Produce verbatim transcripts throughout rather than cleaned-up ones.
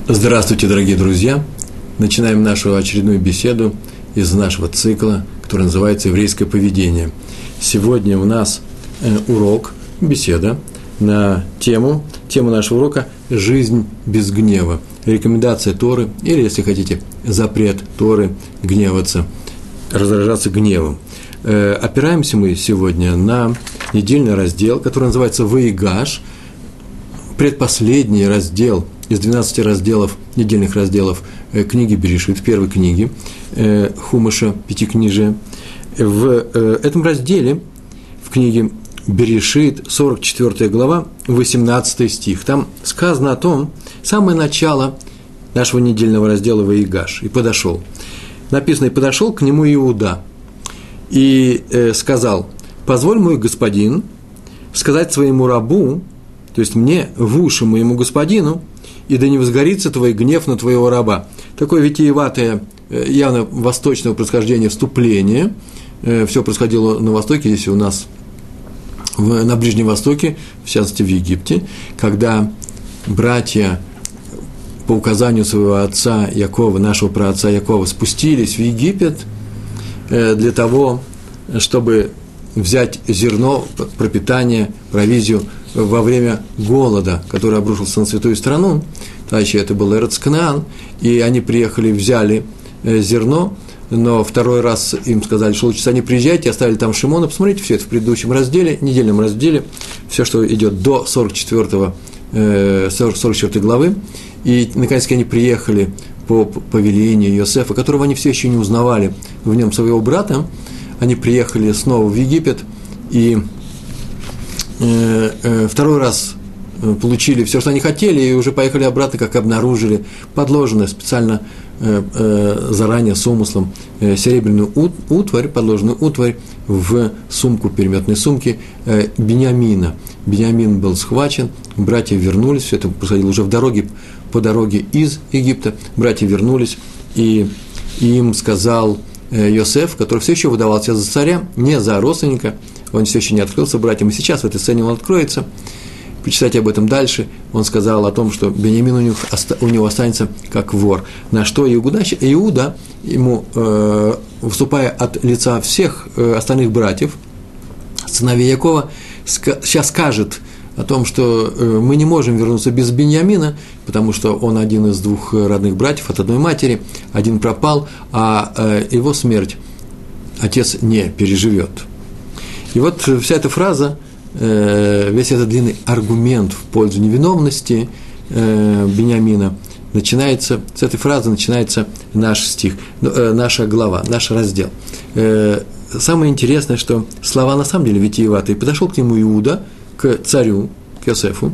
Здравствуйте, дорогие друзья! Начинаем нашу очередную беседу из нашего цикла, который называется «Еврейское поведение». Сегодня у нас урок, беседа на тему, тема нашего урока «Жизнь без гнева». Рекомендация Торы, или, если хотите, запрет Торы гневаться, раздражаться гневом. Опираемся мы сегодня на недельный раздел, который называется «Ваигаш», предпоследний раздел из двенадцати разделов, недельных разделов книги Берешит, первой книги Хумаша, Пятикнижия. В этом разделе, в книге Берешит, сорок четвёртая глава, восемнадцатый стих, там сказано о том, самое начало нашего недельного раздела «Ваигаш», и подошел. Написано, и подошел к нему Иуда, и сказал: «Позволь, мой господин, сказать своему рабу, то есть мне, в уши моему господину, и да не возгорится твой гнев на твоего раба». Такое витиеватое, явно восточного происхождения вступление. Все происходило на Востоке, здесь у нас в, на Ближнем Востоке, в частности в Египте, когда братья по указанию своего отца Якова, нашего праотца Якова, спустились в Египет для того, чтобы взять зерно, пропитание, провизию во время голода, который обрушился на святую страну. Тогда еще это был Эрец Кнаан, и они приехали, взяли зерно, но второй раз им сказали, что лучше они приезжайте, оставили там Шимона. Посмотрите все это в предыдущем разделе, недельном разделе, все, что идет до сорок четвёртой главы. И, наконец-таки, они приехали по повелению Йосефа, которого они все еще не узнавали в нем своего брата. Они приехали снова в Египет, и э, э, второй раз получили все, что они хотели, и уже поехали обратно, как обнаружили подложенную специально э, э, заранее с умыслом э, серебряную утварь, подложенную утварь в сумку, переметной сумки э, Биньямина. Биньямин был схвачен, братья вернулись, все это происходило уже в дороге, по дороге из Египта. Братья вернулись, и им сказал Йосеф, который все еще выдавал себя за царя, не за родственника, он все еще не открылся братьям, и сейчас в этой сцене он откроется. Почитайте об этом дальше. Он сказал о том, что Беньямин у него, у него останется как вор. На что Иуда, Иуда ему, э, выступая от лица всех э, остальных братьев, сыновей Якова, ска, сейчас скажет о том, что э, мы не можем вернуться без Беньямина, потому что он один из двух родных братьев от одной матери, один пропал, а э, его смерть отец не переживет. И вот вся эта фраза, э, весь этот длинный аргумент в пользу невиновности э, Беньямина, начинается, с этой фразы начинается наш стих, э, наша глава, наш раздел. Э, самое интересное, что слова на самом деле витиеватые. Подошел к нему Иуда, к царю, к Йосефу,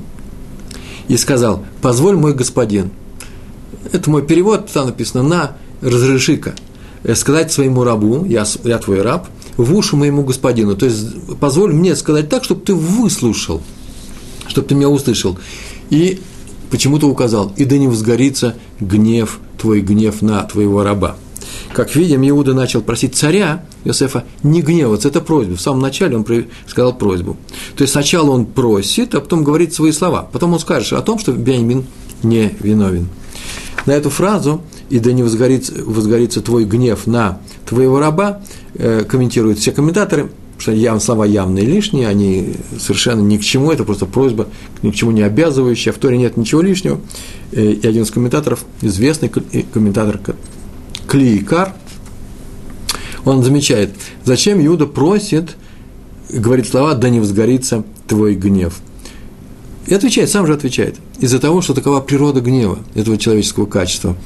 и сказал: «Позволь, мой господин». Это мой перевод, там написано «на, разреши-ка» сказать своему рабу, я, я твой раб, в уши моему господину. То есть, позволь мне сказать так, чтобы ты выслушал, чтобы ты меня услышал. И почему-то указал: «И да не возгорится гнев, твой гнев на твоего раба». Как видим, Иуда начал просить царя Йосефа не гневаться. Это просьба. В самом начале он сказал просьбу. То есть сначала он просит, а потом говорит свои слова. Потом он скажет о том, что Беньямин не виновен. На эту фразу «и да не возгорится, возгорится твой гнев на твоего раба» э, комментируют все комментаторы, что яв, слова явные лишние, они совершенно ни к чему, это просто просьба, ни к чему не обязывающая, в Торе нет ничего лишнего. Э, и один из комментаторов, известный комментатор Клиикар, он замечает, зачем Иуда просит, говорит слова «да не возгорится твой гнев». И отвечает, сам же отвечает, из-за того, что такова природа гнева, этого человеческого качества.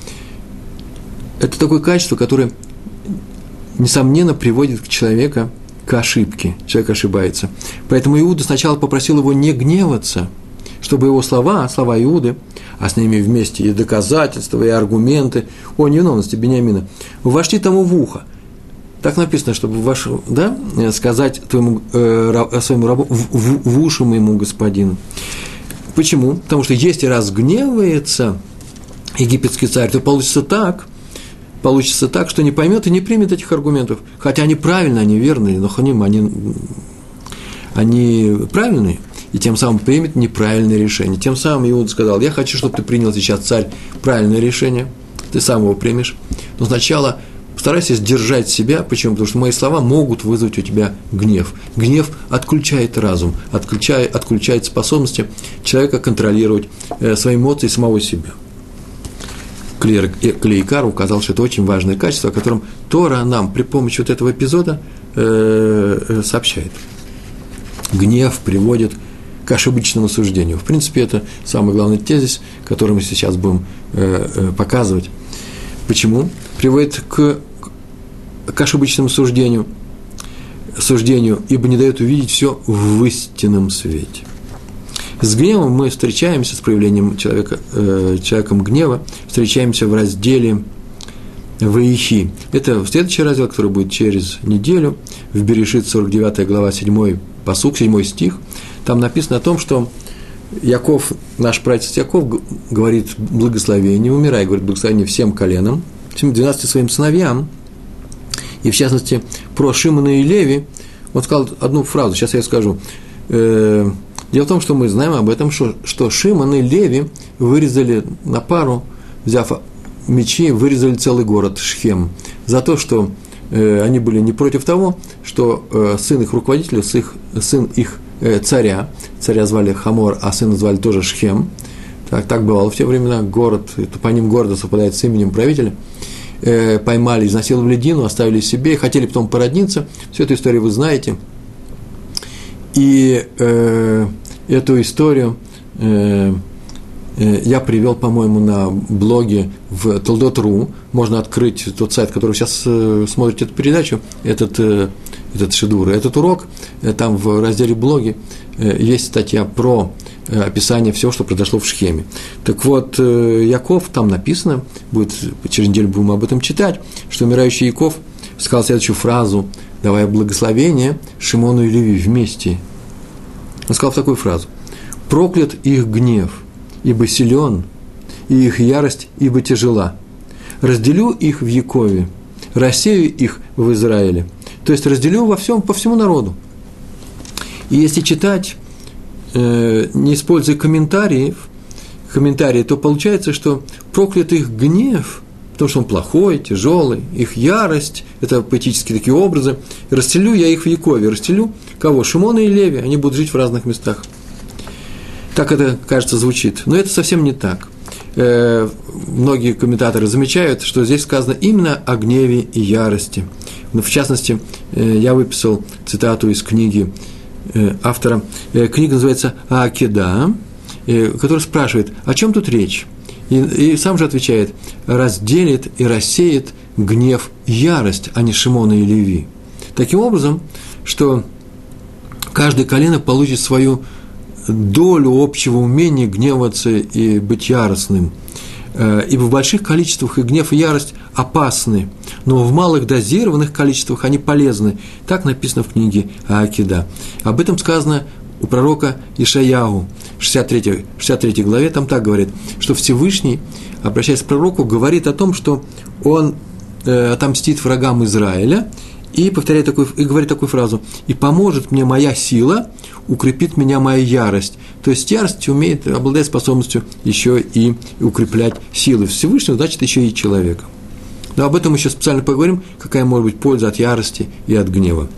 Это такое качество, которое, несомненно, приводит к человеку к ошибке. Человек ошибается. Поэтому Иуда сначала попросил его не гневаться, чтобы его слова, слова Иуды, а с ними вместе и доказательства, и аргументы о невиновности Беньямина, вошли тому в ухо. Так написано, чтобы ваш, да, сказать твоему, э, своему рабу в, в, в уши моему господину. Почему? Потому что если разгневается египетский царь, то получится так, получится так, что не поймет и не примет этих аргументов. Хотя они правильные, они верные, но они, они правильные. и тем самым примет неправильное решение. Тем самым Иуда сказал: я хочу, чтобы ты принял сейчас, царь, правильное решение, ты сам его примешь, но сначала постарайся сдержать себя. Почему? Потому что мои слова могут вызвать у тебя гнев. Гнев отключает разум, отключает, отключает способности человека контролировать э, свои эмоции и самого себя. Клейкар указал, что это очень важное качество, о котором Тора нам при помощи вот этого эпизода э, э, сообщает. Гнев приводит к ошибочному суждению. В принципе, это самый главный тезис, который мы сейчас будем э, э, показывать. Почему? Приводит к, к ошибочному суждению, суждению, ибо не дает увидеть все в истинном свете. С гневом мы встречаемся, с проявлением человека, э, человеком гнева, встречаемся в разделе Ваихи. Это следующий раздел, который будет через неделю, в Берешит, сорок девятая глава, седьмой пасук, седьмой стих. Там написано о том, что Яков, наш праотец Яков, говорит благословение, умирая, говорит благословение всем коленам, всем двенадцати своим сыновьям, и в частности про Шимона и Леви, он сказал одну фразу, сейчас я скажу. Дело в том, что мы знаем об этом, что, что Шимон и Леви вырезали на пару, взяв мечи, вырезали целый город Шхем, за то, что э, они были не против того, что э, сын их руководителя, сын их, сын их э, царя, царя звали Хамор, а сына звали тоже Шхем, так, так бывало в те времена, город, топоним города совпадает с именем правителя, э, поймали, изнасиловали Дину, оставили себе, хотели потом породниться, всю эту историю вы знаете, и э, эту историю э, я привел, по-моему, на блоге в толдот точка ру. Можно открыть тот сайт, который сейчас смотрите эту передачу, этот, этот шедур, этот урок. Там в разделе блоги есть статья про описание всего, что произошло в Шхеме. Так вот, Яков, там написано, будет, через неделю будем об этом читать, что умирающий Яков сказал следующую фразу, давая благословение Шимону и Леви вместе. Он сказал такую фразу: «Проклят их гнев, ибо силен, и их ярость, ибо тяжела. Разделю их в Якове, рассею их в Израиле». То есть разделю во всем, по всему народу. И если читать, э, не используя комментариев, комментарии, то получается, что проклят их гнев, потому что он плохой, тяжелый, их ярость, это поэтические такие образы, расселю я их в Якове, расселю кого? Шимона и Леви, они будут жить в разных местах. Так это, кажется, звучит. Но это совсем не так. Э, многие комментаторы замечают, что здесь сказано именно о гневе и ярости. Но в частности, э, я выписал цитату из книги э, автора. Э, книга называется «Аакеда», э, который спрашивает, о чем тут речь? И, и сам же отвечает: разделит и рассеет гнев и ярость, а не Шимона и Леви. Таким образом, что каждое колено получит свою долю общего умения гневаться и быть яростным. Ибо в больших количествах и гнев, и ярость опасны, но в малых дозированных количествах они полезны. Так написано в книге Аакеда. Об этом сказано у пророка Ишаяху в шестьдесят третьей главе, там так говорит, что Всевышний, обращаясь к пророку, говорит о том, что он э, отомстит врагам Израиля, и повторяет такую, и говорит такую фразу: «И поможет мне моя сила, укрепит меня моя ярость». То есть ярость умеет, обладает способностью еще и укреплять силы Всевышнего, значит, еще и человека. Но об этом мы еще специально поговорим, какая может быть польза от ярости и от гнева.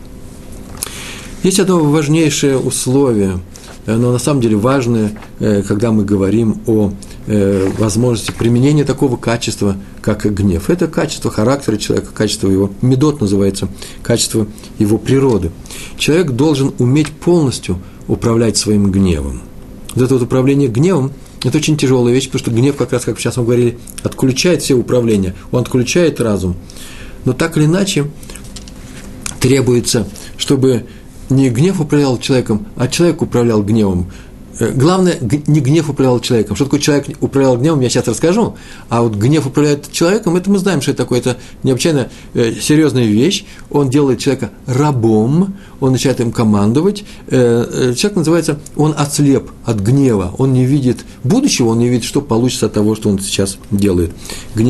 Есть одно важнейшее условие, но на самом деле важное, когда мы говорим о возможности применения такого качества, как гнев. Это качество характера человека, качество его, медот называется, качество его природы. Человек должен уметь полностью управлять своим гневом. Вот это вот управление гневом – это очень тяжелая вещь, потому что гнев, как раз, как сейчас мы говорили, отключает все управления, он отключает разум. Но так или иначе требуется, чтобы не гнев управлял человеком, а человек управлял гневом. Главное, не гнев управлял человеком. Что такое человек управлял гневом, я сейчас расскажу. А вот гнев управляет человеком, это мы знаем, что это такое. Это необычайно серьезная вещь. Он делает человека рабом, он начинает им командовать. Человек называется, он ослеп от гнева. Он не видит будущего, он не видит, что получится от того, что он сейчас делает. Гнев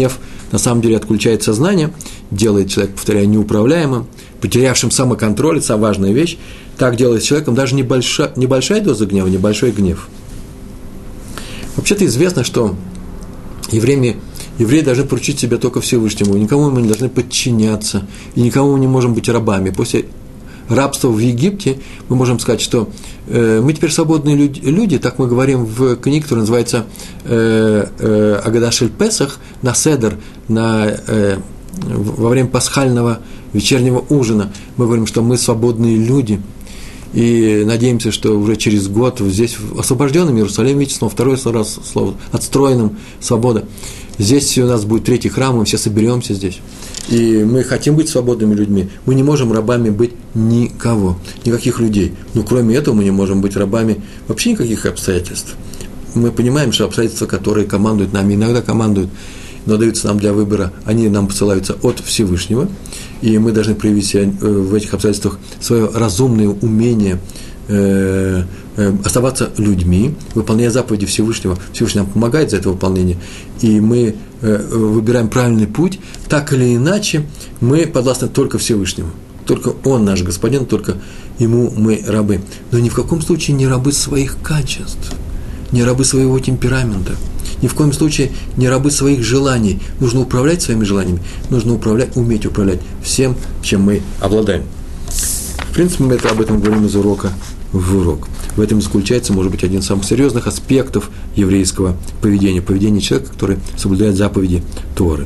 на самом деле отключает сознание, делает человека, повторяю, неуправляемым, потерявшим самоконтроль, это самая важная вещь. Так делает с человеком даже небольшая, небольшая доза гнева, небольшой гнев. Вообще-то известно, что евреи, евреи должны поручить себя только Всевышнему, никому мы не должны подчиняться, и никому мы не можем быть рабами. После рабства в Египте мы можем сказать, что э, мы теперь свободные люди, люди, так мы говорим в книге, которая называется э, э, Агада шель Песах, на Седер, на, э, во время пасхального вечернего ужина. Мы говорим, что мы свободные люди, и надеемся, что уже через год здесь, в освобожденном Иерусалиме, видите, снова второе раз слово, отстроенным, свобода. Здесь у нас будет третий храм, мы все соберемся здесь. И мы хотим быть свободными людьми. Мы не можем рабами быть никого, никаких людей. Но кроме этого мы не можем быть рабами вообще никаких обстоятельств. Мы понимаем, что обстоятельства, которые командуют нами, иногда командуют, но даются нам для выбора, они нам посылаются от Всевышнего, и мы должны проявить в этих обстоятельствах свое разумное умение э, э, оставаться людьми, выполняя заповеди Всевышнего. Всевышний нам помогает за это выполнение, и мы э, выбираем правильный путь. Так или иначе, мы подвластны только Всевышнему. Только Он наш Господин, только Ему мы рабы. Но ни в каком случае не рабы своих качеств, не рабы своего темперамента, ни в коем случае не рабы своих желаний. Нужно управлять своими желаниями, нужно управлять, уметь управлять всем, чем мы обладаем. В принципе, мы это, об этом говорим из урока в урок. В этом заключается, может быть, один из самых серьезных аспектов еврейского поведения, поведения человека, который соблюдает заповеди Торы.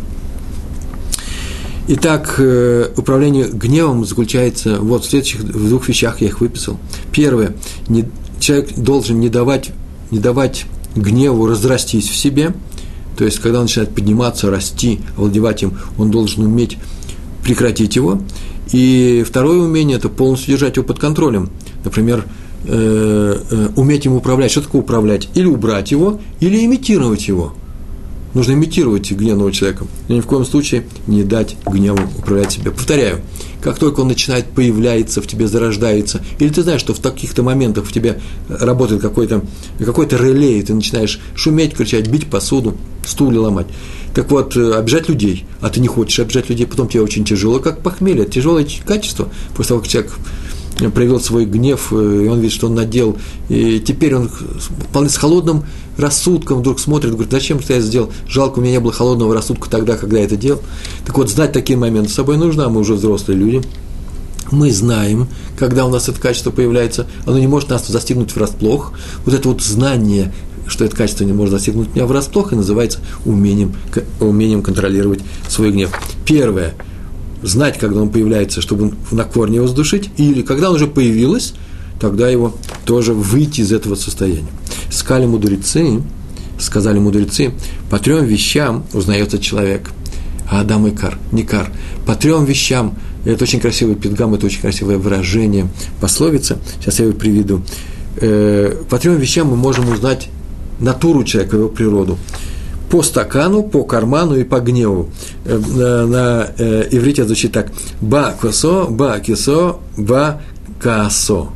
Итак, управление гневом заключается вот в следующих в двух вещах, я их выписал. Первое, не, человек должен не давать, не давать гневу разрастись в себе, то есть, когда он начинает подниматься, расти, овладевать им, он должен уметь прекратить его. И второе умение – это полностью держать его под контролем. Например, э, э, уметь им управлять. Что такое управлять? Или убрать его, или имитировать его. Нужно имитировать гневного человека, но ни в коем случае не дать гневу управлять себя. Повторяю, как только он начинает появляться, в тебе зарождается, или ты знаешь, что в таких-то моментах в тебе работает какой-то, какой-то реле, и ты начинаешь шуметь, кричать, бить посуду, стулья ломать. Так вот, обижать людей, а ты не хочешь обижать людей, потом тебе очень тяжело, как похмелье, это тяжелое качество, после того, как человек проявил свой гнев, и он видит, что он наделал, и теперь он вполне с холодным рассудком вдруг смотрит, говорит, зачем что я это сделал, жалко, у меня не было холодного рассудка тогда, когда я это делал. Так вот, знать такие моменты с собой нужно, а мы уже взрослые люди, мы знаем, когда у нас это качество появляется, оно не может нас застигнуть врасплох, вот это вот знание, что это качество не может застигнуть меня врасплох, и называется умением, умением контролировать свой гнев. Первое, знать, когда он появляется, чтобы на корне его сдушить, или когда он уже появилось, тогда его тоже выйти из этого состояния. Сказали мудрецы, сказали мудрецы, по трем вещам узнается человек. А Адам Икар, Никар. По трем вещам, это очень красивый пидгам, это очень красивое выражение, пословица, сейчас я его приведу. По трем вещам мы можем узнать натуру человека, его природу. По стакану, по карману и по гневу. На, на э, иврите это звучит так. Ба косо, ба кисо, ба касо.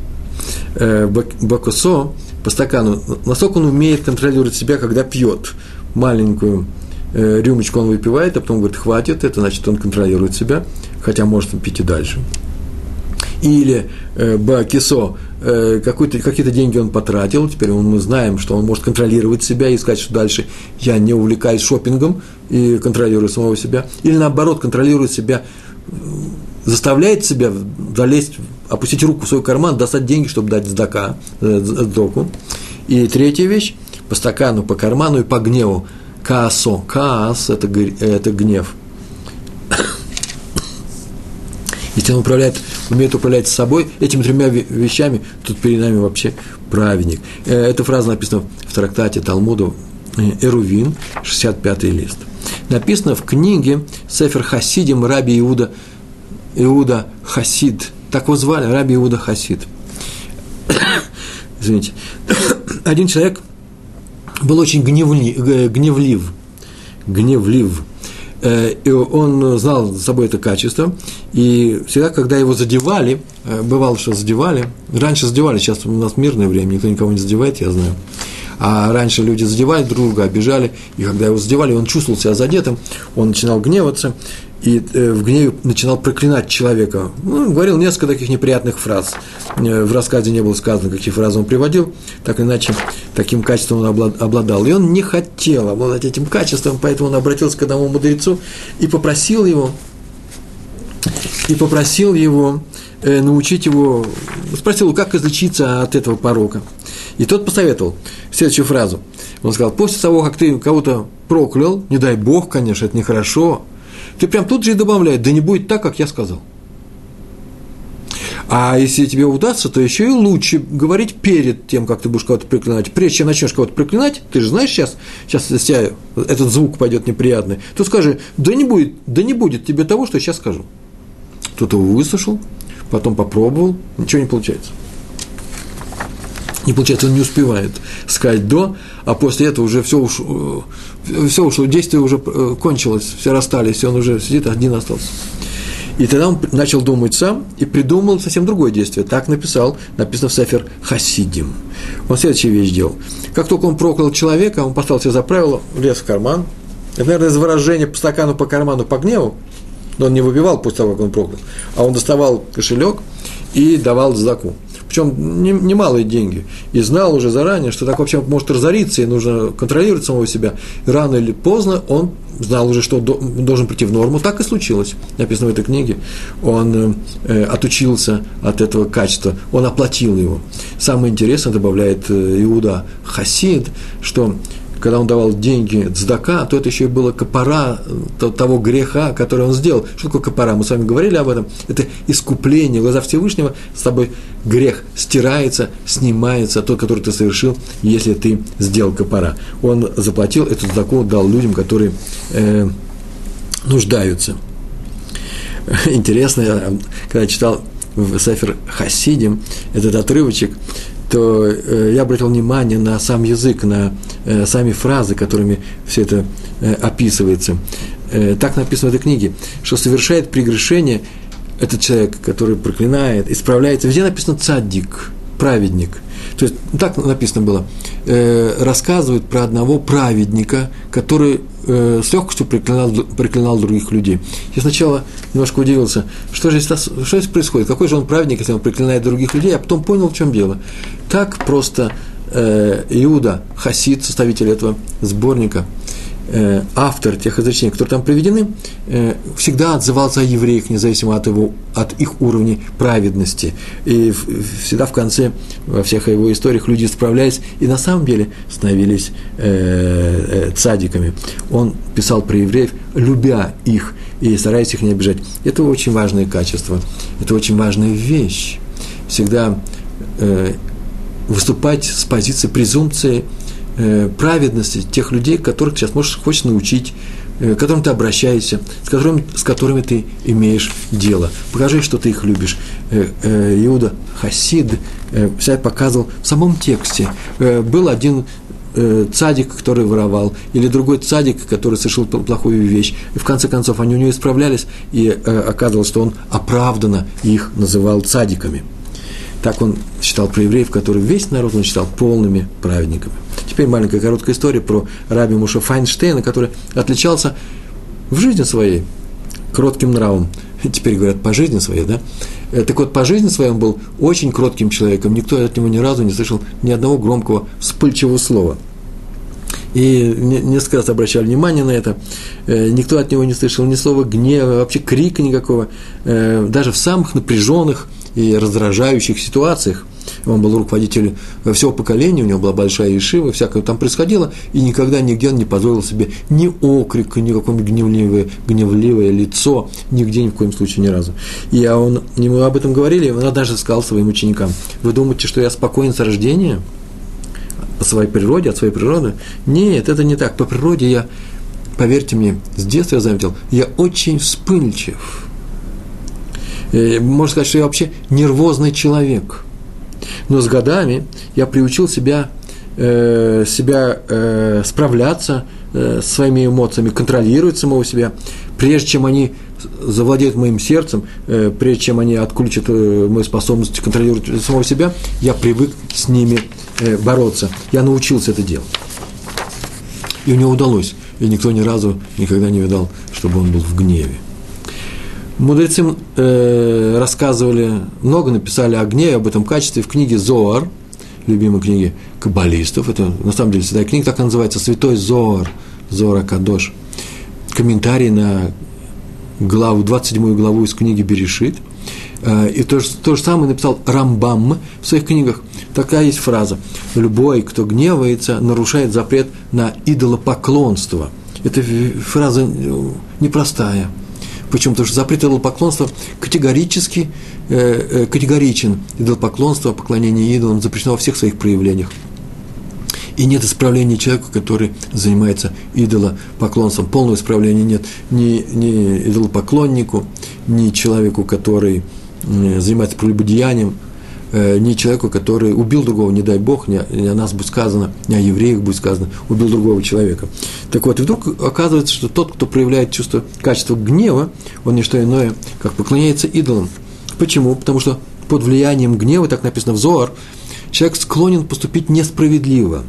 Э, ба косо, по стакану. Насколько он умеет контролировать себя, когда пьет маленькую э, рюмочку, он выпивает, а потом говорит, хватит, это значит, он контролирует себя, хотя может пить и дальше. Или э, ба кисо, э, какие-то деньги он потратил, теперь он, мы знаем, что он может контролировать себя и сказать, что дальше я не увлекаюсь шопингом и контролирую самого себя. Или наоборот, контролирует себя, заставляет себя залезть, опустить руку в свой карман, достать деньги, чтобы дать сдака, э, сдоку. И третья вещь, по стакану, по карману и по гневу. Каасо, каас – это, это гнев. Если он управляет, умеет управлять собой, этими тремя вещами, тут перед нами вообще праведник. Эта фраза написана в трактате Талмуда Эрувин, шестьдесят пятый лист. Написано в книге Сефер Хасидим Раби Иуда, Иуда Хасид. Так его звали, Раби Иуда Хасид. Извините. Один человек был очень гневли, гневлив. Гневлив. И он знал за собой это качество, и всегда, когда его задевали, бывало, что задевали, раньше задевали, сейчас у нас мирное время, никто никого не задевает, я знаю, А раньше люди задевали друг друга, обижали, и когда его задевали, он чувствовал себя задетым, он начинал гневаться, и в гневе начинал проклинать человека. Ну, говорил несколько таких неприятных фраз. В рассказе не было сказано, какие фразы он приводил, так или иначе, таким качеством он обладал. И он не хотел обладать этим качеством, поэтому он обратился к одному мудрецу и попросил его, и попросил его э, научить его, спросил, как излечиться от этого порока. И тот посоветовал следующую фразу. Он сказал: после того, как ты кого-то проклял, не дай Бог, конечно, это нехорошо, ты прям тут же и добавляй: да не будет так, как я сказал. А если тебе удастся, то еще и лучше говорить перед тем, как ты будешь кого-то проклинать. Прежде чем начнешь кого-то проклинать, ты же знаешь сейчас, сейчас если этот звук пойдет неприятный, то скажи: да не будет, да не будет тебе того, что я сейчас скажу. Кто-то его выслушал, потом попробовал, ничего не получается. Не получается, он не успевает сказать «до», а после этого уже все ушло, все ушло, действие уже кончилось, все расстались, и он уже сидит, один остался. И тогда он начал думать сам и придумал совсем другое действие. Так написал, написано в Сефер Хасидим. Он следующую вещь делал. Как только он проклял человека, он поставил себе за правило, лез в карман. Это, наверное, из выражения по стакану, по карману, по гневу. Но он не выпивал после того, как он проклял. А он доставал кошелек и давал задаку. Причем немалые деньги. И знал уже заранее, что так вообще может разориться, и нужно контролировать самого себя. И рано или поздно он знал уже, что должен прийти в норму. Так и случилось. Написано в этой книге. Он э, отучился от этого качества. Он оплатил его. Самое интересное, добавляет Иуда Хасид, что когда он давал деньги цдака, то это еще и было капара того греха, который он сделал. Что такое капара? Мы с вами говорили об этом. Это искупление. В глазах Всевышнего с тобой грех стирается, снимается, тот, который ты совершил, если ты сделал капара. Он заплатил эту цдаку, дал людям, которые э, нуждаются. Интересно, я, когда читал в Сефер Хасидим этот отрывочек, то э, я обратил внимание на сам язык, на э, сами фразы, которыми все это э, описывается. Э, так написано в этой книге, что совершает прегрешение этот человек, который проклинает, исправляется. Везде написано цаддик, праведник. То есть так написано было. Э, рассказывают про одного праведника, который э, с легкостью проклинал, проклинал других людей. Я сначала немножко удивился, что же здесь, что здесь происходит, какой же он праведник, если он проклинает других людей, а потом понял, в чем дело. Так просто э, Иуда Хасид, составитель этого сборника, э, автор тех изречений, которые там приведены, э, всегда отзывался о евреях, независимо от, его, от их уровней праведности. И в, всегда в конце, во всех его историях, люди справлялись и на самом деле становились э, э, цадиками. Он писал про евреев, любя их и стараясь их не обижать. Это очень важное качество, это очень важная вещь. Всегда э, выступать с позиции презумпции э, праведности тех людей, которых сейчас можешь, хочешь научить, э, к которым ты обращаешься, с которыми, с которыми ты имеешь дело. Покажи, что ты их любишь. Э, э, Иуда Хасид э, себя показывал в самом тексте. Э, был один э, цадик, который воровал, или другой цадик, который совершил плохую вещь. И в конце концов они у него исправлялись, и э, оказывалось, что он оправданно их называл цадиками. Так он считал про евреев, которые весь народ он считал полными праведниками. Теперь маленькая короткая история про раби Моше Файнштейна, который отличался в жизни своей кротким нравом. Теперь говорят, по жизни своей, да? Так вот, по жизни своей он был очень кротким человеком. Никто от него ни разу не слышал ни одного громкого, вспыльчивого слова. И несколько раз обращали внимание на это. Никто от него не слышал ни слова гнева, вообще крика никакого. Даже в самых напряженных и раздражающих ситуациях. Он был руководителем всего поколения, у него была большая ешива, всякое там происходило, и никогда нигде он не позволил себе ни окрика, ни какое-нибудь гневливое, гневливое лицо, нигде ни в коем случае ни разу. И он, ему об этом говорили, он даже сказал своим ученикам: вы думаете, что я спокоен с рождения? По своей природе, от своей природы? Нет, это не так. По природе я, поверьте мне, с детства я заметил, я очень вспыльчив. Можно сказать, что я вообще нервозный человек. Но с годами я приучил себя э, себя э, справляться э, с своими эмоциями, контролировать самого себя, прежде чем они завладеют моим сердцем, э, прежде чем они отключат э, мою способность контролировать самого себя, я привык с ними э, бороться. Я научился это делать. И у него удалось. И никто ни разу никогда не видал, чтобы он был в гневе. Мудрецы э, рассказывали, много написали о гневе, об этом качестве в книге Зоар, любимой книге каббалистов. Это, на самом деле, святая книга, так и называется, Святой Зоар, Зоар Кадош. Комментарий на главу, двадцать седьмую главу из книги Берешит. Э, и то, то же самое написал Рамбам в своих книгах. Такая есть фраза: «Любой, кто гневается, нарушает запрет на идолопоклонство». Эта фраза непростая. Почему? Потому что запрет идолопоклонства категорически, э, категоричен. Идолопоклонство, поклонение идолам запрещено во всех своих проявлениях. И нет исправления человеку, который занимается идолопоклонством. Полного исправления нет ни, ни идолопоклоннику, ни человеку, который занимается прелюбодеянием, не человеку, который убил другого, не дай Бог, не о нас будет сказано, не о евреях будет сказано, убил другого человека. Так вот, и вдруг оказывается, что тот, кто проявляет чувство, качество гнева, он не что иное, как поклоняется идолам. Почему? Потому что под влиянием гнева, так написано в Зоар, человек склонен поступить несправедливо.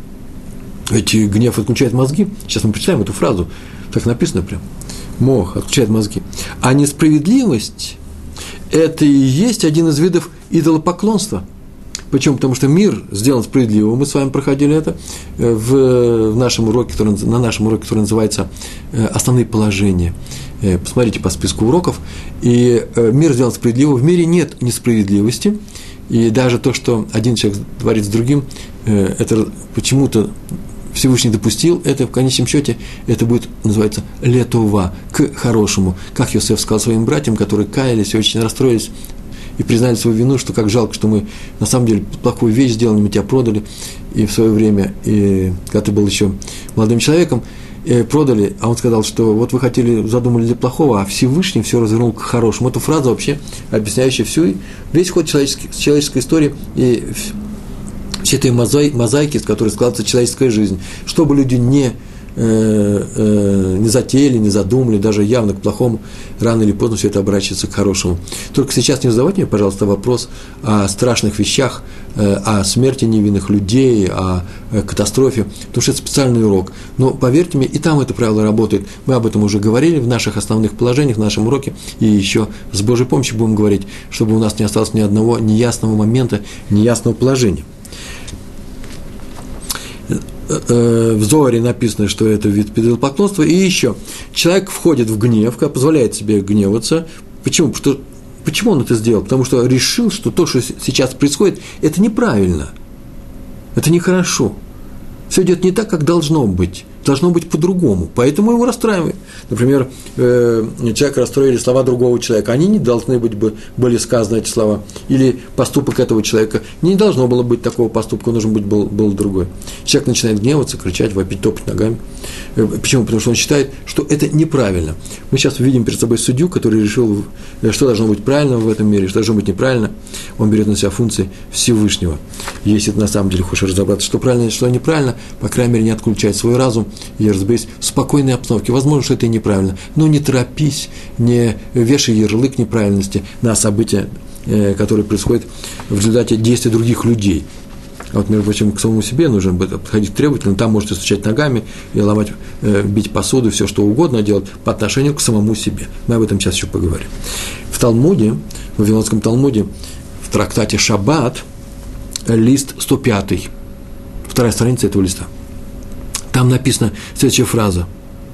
Ведь гнев отключает мозги. Сейчас мы прочитаем эту фразу, так написано прям. Мох отключает мозги. А несправедливость – это и есть один из видов идолопоклонства. Почему? Потому что мир сделан справедливым. Мы с вами проходили это в, в нашем уроке, который, на нашем уроке, который называется «Основные положения». Посмотрите по списку уроков. И мир сделан справедливым. В мире нет несправедливости. И даже то, что один человек творит с другим, это почему-то Всевышний допустил, это в конечном счете, это будет, называется, летува, к хорошему. Как Йосеф сказал своим братьям, которые каялись и очень расстроились, и признали свою вину, что как жалко, что мы на самом деле плохую вещь сделали, мы тебя продали, и в свое время, и, когда ты был еще молодым человеком, продали, а он сказал, что вот вы хотели, задумали для плохого, а Всевышний все развернул к хорошему. Эту фразу вообще объясняющая всю, весь ход человеческой, человеческой истории и все этой мозаики, с которой складывается человеческая жизнь. Чтобы люди не, э, э, не затеяли, не задумали, даже явно к плохому, рано или поздно все это оборачивается к хорошему. Только сейчас не задавайте мне, пожалуйста, вопрос о страшных вещах, э, о смерти невинных людей, о э, катастрофе, потому что это специальный урок. Но поверьте мне, и там это правило работает. Мы об этом уже говорили в наших основных положениях, в нашем уроке, и еще с Божьей помощью будем говорить, чтобы у нас не осталось ни одного неясного момента, неясного положения. В Зоаре написано, что это вид идолопоклонства. И еще, человек входит в гнев, позволяет себе гневаться. Почему? Потому что, почему он это сделал? Потому что решил, что то, что сейчас происходит, это неправильно, это нехорошо. Все идет не так, как должно быть. Должно быть по-другому. Поэтому его расстраивает. Например, э, человека расстроили слова другого человека. Они не должны быть, были сказаны, эти слова. Или поступок этого человека. Не должно было быть такого поступка, он должен быть был, был другой. Человек начинает гневаться, кричать, вопить, топать ногами. Э, почему? Потому что он считает, что это неправильно. Мы сейчас увидим перед собой судью, который решил, что должно быть правильно в этом мире, что должно быть неправильно. Он берет на себя функции Всевышнего. Если ты на самом деле хочешь разобраться, что правильно и что неправильно, по крайней мере, не отключай свой разум, и разберись в спокойной обстановке. Возможно, что это и неправильно, но не торопись, не вешай ярлык неправильности на события, которые происходят в результате действий других людей. А вот, между прочим, к самому себе нужно подходить требовательно, там можете стучать ногами и ломать, бить посуду, все что угодно делать по отношению к самому себе. Мы об этом сейчас еще поговорим. В Талмуде, в Вавилонском Талмуде, в трактате «Шаббат», лист сто пятый, вторая страница этого листа. Там написана следующая фраза.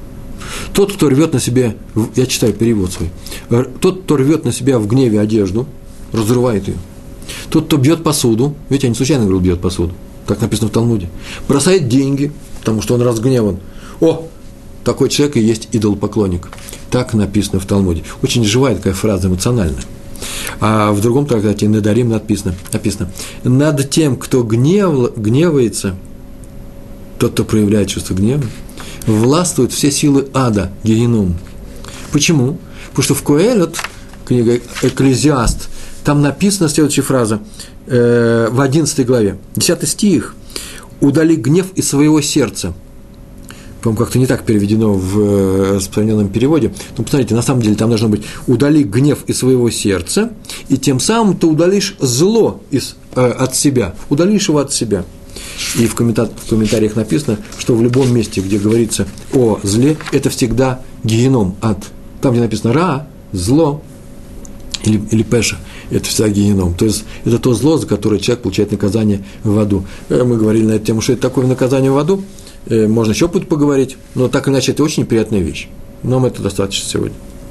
Тот, кто рвет на себе, я читаю перевод свой, тот, кто рвет на себя в гневе одежду, разрывает ее. Тот, кто бьет посуду, ведь я не случайно говорил, бьет посуду, так написано в Талмуде, бросает деньги, потому что он разгневан. О, такой человек и есть идолопоклонник. Так написано в Талмуде. Очень живая такая фраза, эмоциональная. А в другом трактате Недарим написано, написано над тем, кто гнев, гневается, тот, кто проявляет чувство гнева, властвуют все силы ада, геном. Почему? Потому что в Коэлет, книга Экклезиаст, там написана следующая фраза, э, в одиннадцатой главе, десятый стих, удали гнев из своего сердца. По-моему, как-то не так переведено в распространенном переводе. Но посмотрите, на самом деле там должно быть «удали гнев из своего сердца», и тем самым ты удалишь зло из, э, от себя, удалишь его от себя. И в, комментар- в комментариях написано, что в любом месте, где говорится о зле, это всегда геном, ад. Там, где написано «ра», «зло» или, или «пеша», это всегда геном. То есть это то зло, за которое человек получает наказание в аду. Мы говорили на эту тему, что это такое наказание в аду. Можно еще будет поговорить, но так или иначе это очень неприятная вещь. Нам это достаточно сегодня.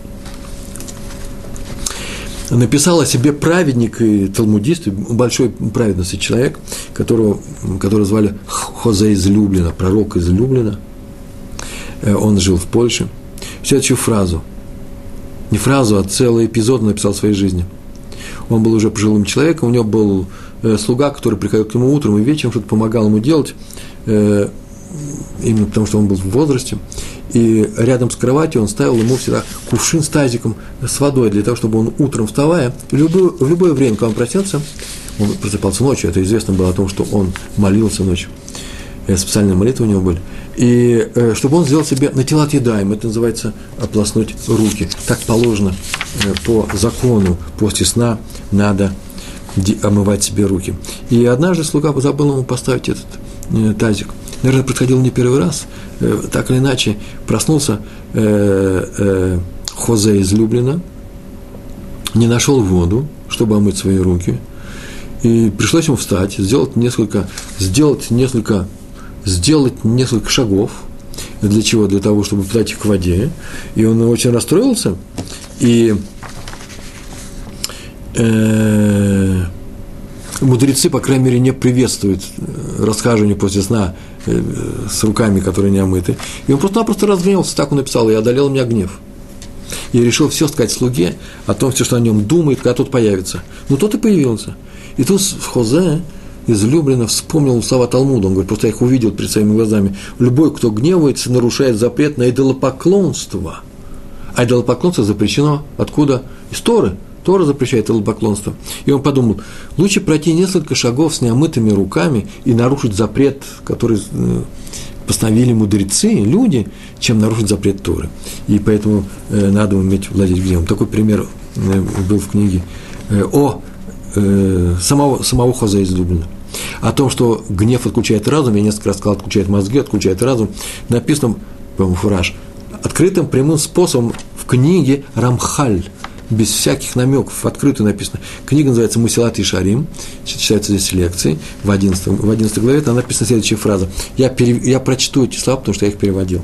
Написал о себе праведник и талмудист, большой праведности человек, которого, которого звали Хозе из Люблина, пророк из Люблина. Он жил в Польше. Следующую фразу, не фразу, а целый эпизод он написал в своей жизни. Он был уже пожилым человеком, у него был слуга, который приходил к нему утром и вечером, что-то помогал ему делать, именно потому, что он был в возрасте, и рядом с кроватью он ставил ему всегда кувшин с тазиком с водой, для того, чтобы он утром вставая, в любое, в любое время, когда он проснется, он просыпался ночью, это известно было о том, что он молился ночью, специальные молитвы у него были, и чтобы он сделал себе натилат едаем, это называется ополоснуть руки, так положено по закону, после сна надо омывать себе руки. И однажды слуга забыл ему поставить этот тазик. Наверное, происходило не первый раз, так или иначе, проснулся э, э, Хозе из Люблина, не нашел воду, чтобы омыть свои руки, и пришлось ему встать, сделать несколько, сделать несколько, сделать несколько шагов. Для чего? Для того, чтобы подойти к воде. И он очень расстроился, и э, мудрецы, по крайней мере, не приветствуют расхаживание после сна с руками, которые не омыты. И он просто-напросто разгневался, так он написал, и одолел меня гнев. И решил все сказать слуге о том, все, что о нем думает, когда тот появится. Но тот и появился. И тут Хозе из Люблина вспомнил слова Талмуда. Он говорит, просто я их увидел перед своими глазами. Любой, кто гневается, нарушает запрет на идолопоклонство. А идолопоклонство запрещено откуда? Из Торы. Тора запрещает идолопоклонство. И он подумал, лучше пройти несколько шагов с неомытыми руками и нарушить запрет, который постановили мудрецы, люди, чем нарушить запрет Торы. И поэтому э, надо уметь владеть гневом. Такой пример э, был в книге э, о э, самого, самого Хозе из Люблина. О том, что гнев отключает разум, я несколько раз сказал, отключает мозги, отключает разум, написано, по-моему, фураж, открытым прямым способом в книге Рамхаль, без всяких намеков, открыто написано. Книга называется «Месилат Ешарим», читается здесь лекции, в одиннадцатой, в одиннадцатой главе, там написана следующая фраза. Я, перев... я прочту эти слова, потому что я их переводил.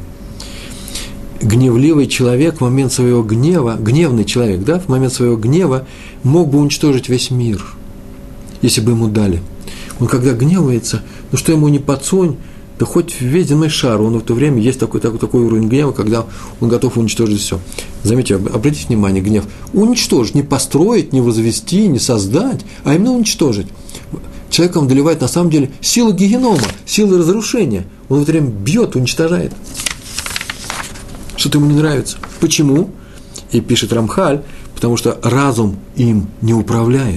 Гневливый человек в момент своего гнева, гневный человек, да, в момент своего гнева мог бы уничтожить весь мир, если бы ему дали. Он когда гневается, ну что ему не подсунь, да хоть весь земной шар, он в то время есть такой, такой, такой уровень гнева, когда он готов уничтожить все. Заметьте, обратите внимание, гнев. Уничтожить, не построить, не возвести, не создать, а именно уничтожить. Человека он доливает на самом деле силу гегенома, силу разрушения. Он в это время бьет, уничтожает. Что-то ему не нравится. Почему? И пишет Рамхаль, потому что разум им не управляет.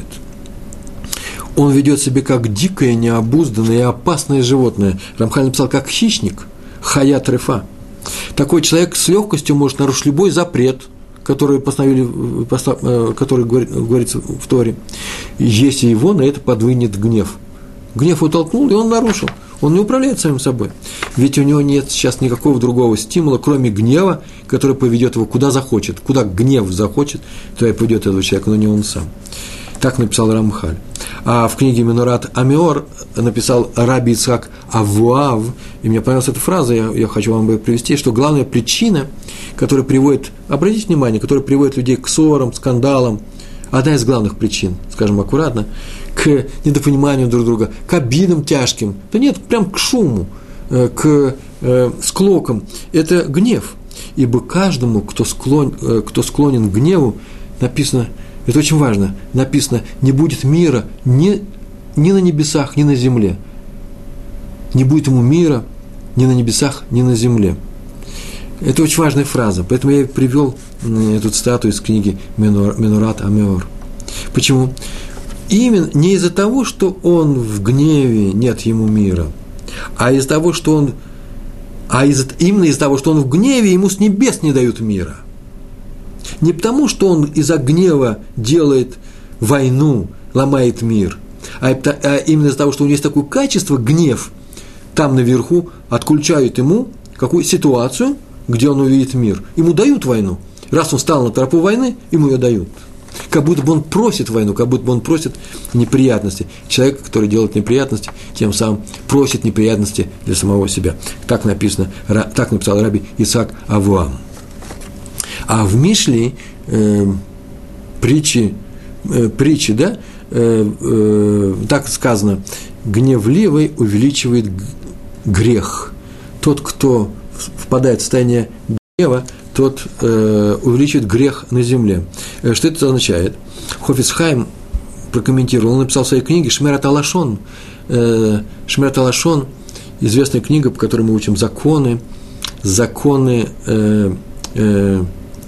Он ведет себя как дикое, необузданное и опасное животное. Рамхаль написал, как хищник, хаят рефа. Такой человек с легкостью может нарушить любой запрет, который постановили, который говорится в Торе, если его на это подвинет гнев. Гнев утолкнул, и он нарушил. Он не управляет самим собой. Ведь у него нет сейчас никакого другого стимула, кроме гнева, который поведет его куда захочет. Куда гнев захочет, туда и поведет этого человека, но не он сам. Так написал Рамхаль. А в книге Менорат Амеор написал Раби Ицхак Авуав, и мне понравилась эта фраза, я, я хочу вам ее привести, что главная причина, которая приводит, обратите внимание, которая приводит людей к ссорам, скандалам, одна из главных причин, скажем аккуратно, к недопониманию друг друга, к обидам тяжким, да нет, прям к шуму, к э, склокам, это гнев. Ибо каждому, кто, склон, кто склонен к гневу, написано, это очень важно, написано, не будет мира ни, ни на небесах, ни на земле. Не будет ему мира ни на небесах, ни на земле. Это очень важная фраза, поэтому я привел эту цитату из книги Менорат Амеор. Почему? Именно не из-за того, что он в гневе, нет ему мира, А из того, что он, а из, именно из того, что он в гневе, ему с небес не дают мира. Не потому, что он из-за гнева делает войну, ломает мир, а, а именно из-за того, что у него есть такое качество, гнев, там наверху отключают ему какую ситуацию, где он увидит мир. Ему дают войну. Раз он встал на тропу войны, ему ее дают. Как будто бы он просит войну, как будто бы он просит неприятности. Человек, который делает неприятности, тем самым просит неприятности для самого себя. Так написано, так написал раби Ицхак Авуам. А в Мишле э, притчи, э, притчи, да, э, э, так сказано, гневливый увеличивает грех. Тот, кто впадает в состояние гнева, тот э, увеличивает грех на земле. Что это означает? Хофец Хаим прокомментировал, он написал в своей книге «Шмират ха-лашон». Э, «Шмират ха-лашон» – известная книга, по которой мы учим законы, законы, э, э,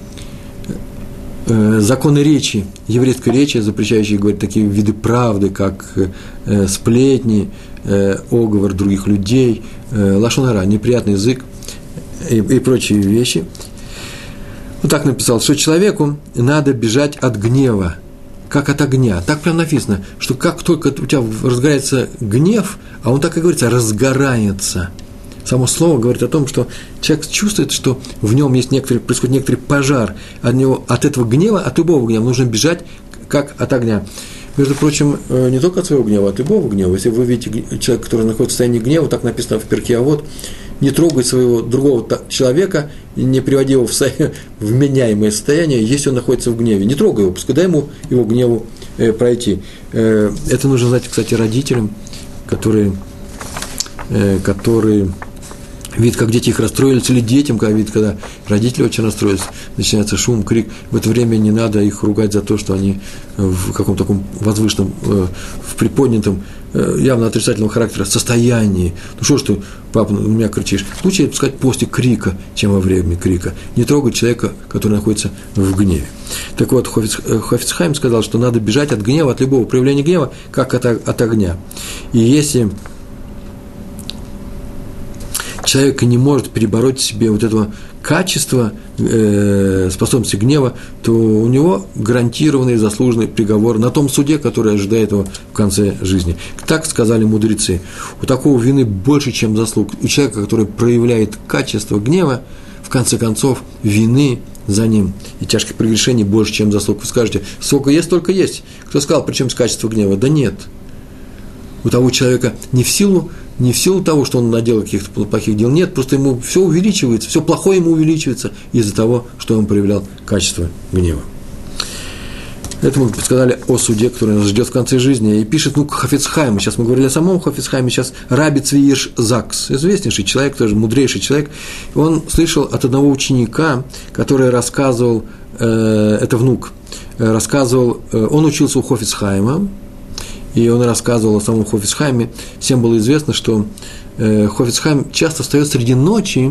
э, законы речи, еврейской речи, запрещающие говорить такие виды правды, как э, сплетни, э, оговор других людей, э, лашон ара, неприятный язык и, и прочие вещи. Вот так написал, что человеку надо бежать от гнева, как от огня. Так прям написано, что как только у тебя разгорается гнев, а он, так и говорится, разгорается. Само слово говорит о том, что человек чувствует, что в нем есть некоторый, происходит некоторый пожар. От, него, от этого гнева, от любого гнева нужно бежать, как от огня. Между прочим, не только от своего гнева, а от любого гнева. Если вы видите человека, который находится в состоянии гнева, так написано в Перке Авот, не трогай своего другого человека, не приводи его в вменяемое состояние, если он находится в гневе. Не трогай его, пускай дай ему его гневу э, пройти. Э, это нужно знать, кстати, родителям, которые, э, которые видят, как дети их расстроились, или детям, когда видят, когда родители очень расстроились, начинается шум, крик. В это время не надо их ругать за то, что они в каком-то таком возвышенном, э, в приподнятом, явно отрицательного характера состоянии. Ну что ж ты, папа, на меня кричишь? Лучше отпускать после крика, чем во время крика. Не трогать человека, который находится в гневе. Так вот, Хофец Хаим сказал, что надо бежать от гнева, от любого проявления гнева, как от, от огня. И если человек не может перебороть в себе вот этого качества, э, способности гнева, то у него гарантированный заслуженный приговор на том суде, который ожидает его в конце жизни. Так сказали мудрецы. У такого вины больше, чем заслуг. У человека, который проявляет качество гнева, в конце концов, вины за ним и тяжких прегрешений больше, чем заслуг. Вы скажете, сколько есть, столько есть. Кто сказал, причем с качеством гнева? Да нет. У того человека не в силу Не в силу того, что он наделал каких-то плохих дел, нет, просто ему все увеличивается, все плохое ему увеличивается из-за того, что он проявлял качество гнева. Это мы сказали о суде, который нас ждет в конце жизни. И пишет, ну, Хофец Хаим, сейчас мы говорили о самом Хофец Хаиме, сейчас Раби Цви Ирш Закс, известнейший человек, тоже мудрейший человек, он слышал от одного ученика, который рассказывал, э, это внук, э, рассказывал, э, он учился у Хофец Хаима, и он рассказывал о самом Хофец Хаиме. Всем было известно, что э, Хофец Хаим часто встает среди ночи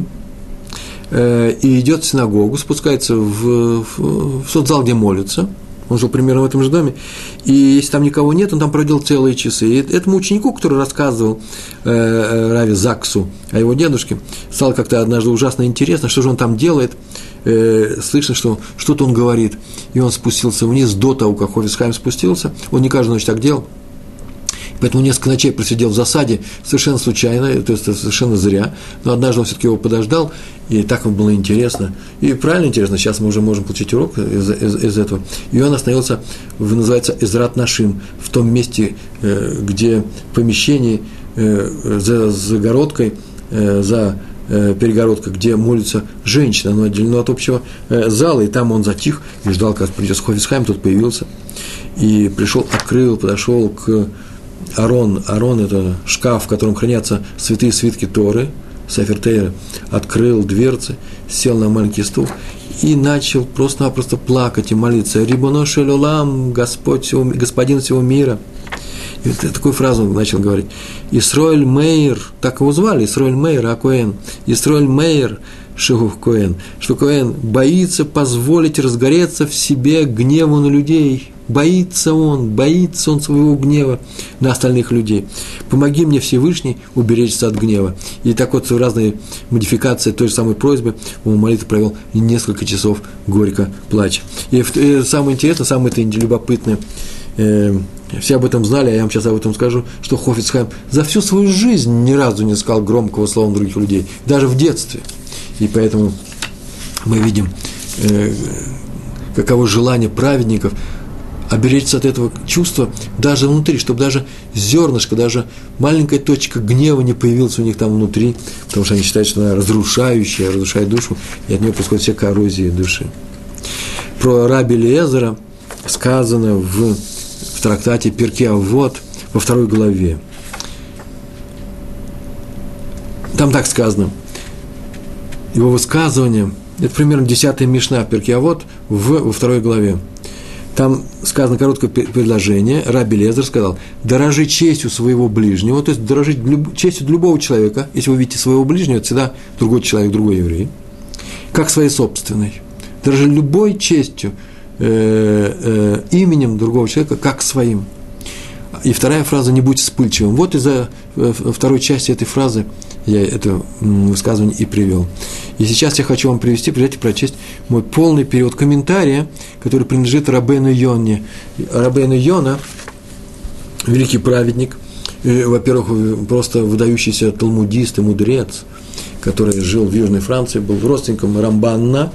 э, и идет в синагогу, спускается в, в, в тот зал, где молится. Он жил примерно в этом же доме. И если там никого нет, он там проводил целые часы. И этому ученику, который рассказывал э, Раве Заксу о его дедушке, стало как-то однажды ужасно интересно, что же он там делает. Э, слышно, что что-то он говорит. И он спустился вниз до того, как Хофец Хаим спустился. Он не каждую ночь так делал. Поэтому несколько ночей просидел в засаде совершенно случайно, то есть совершенно зря. Но однажды он все-таки его подождал, и так ему было интересно. И правильно интересно, сейчас мы уже можем получить урок из, из, из этого. И он остановился, в, называется, Эзрат Нашим, в том месте, где в помещении за загородкой, за перегородкой, где молится женщина, оно отделено от общего зала, и там он затих и ждал, когда придет Хофец Хаим, тот появился. И пришел, открыл, подошел к Арон, Арон – это шкаф, в котором хранятся святые свитки Торы, Сефер Тейра, открыл дверцы, сел на маленький стул и начал просто-напросто плакать и молиться. «Рибоно шель олам, Господь всего, Господин всего мира». И вот такую фразу он начал говорить. «Исроэль Мейр», так его звали, Исроэль Мейр, а Коэн, «Исроэль Мейр, Шигух Коэн», что Коэн боится позволить разгореться в себе гневу на людей. боится он, боится он своего гнева на остальных людей. Помоги мне, Всевышний, уберечься от гнева. И так вот разные модификации той же самой просьбы он молитву провел несколько часов горько плача. И, и самое интересное, самое это любопытное, э, все об этом знали, а я вам сейчас об этом скажу, что Хофец Хаим за всю свою жизнь ни разу не сказал громкого слова других людей, даже в детстве. И поэтому мы видим, э, каково желание праведников оберечься от этого чувства даже внутри, чтобы даже зернышко, даже маленькая точка гнева не появилась у них там внутри, потому что они считают, что она разрушающая, разрушает душу, и от нее происходит вся коррозия души. Про раби Элиэзера сказано в в трактате Пиркей Авот во второй главе. Там так сказано. Его высказывание, это примерно десятая мишна Пиркей Авот во второй главе. Там сказано короткое предложение. Раби Элиэзер сказал: дорожи честью своего ближнего, то есть дорожить честью любого человека. Если вы видите своего ближнего, это всегда другой человек, другой еврей, как своей собственной. Дорожи любой честью, Э, э, именем другого человека, как своим. И вторая фраза: не будь вспыльчивым. Вот из-за э, второй части этой фразы я это высказывание и привел. И сейчас я хочу вам привести, прежде прочесть мой полный перевод комментария, который принадлежит Рабейну Йоне. Рабейну Йона, великий праведник, э, во-первых, просто выдающийся талмудист и мудрец, который жил в Южной Франции, был родственником Рамбана,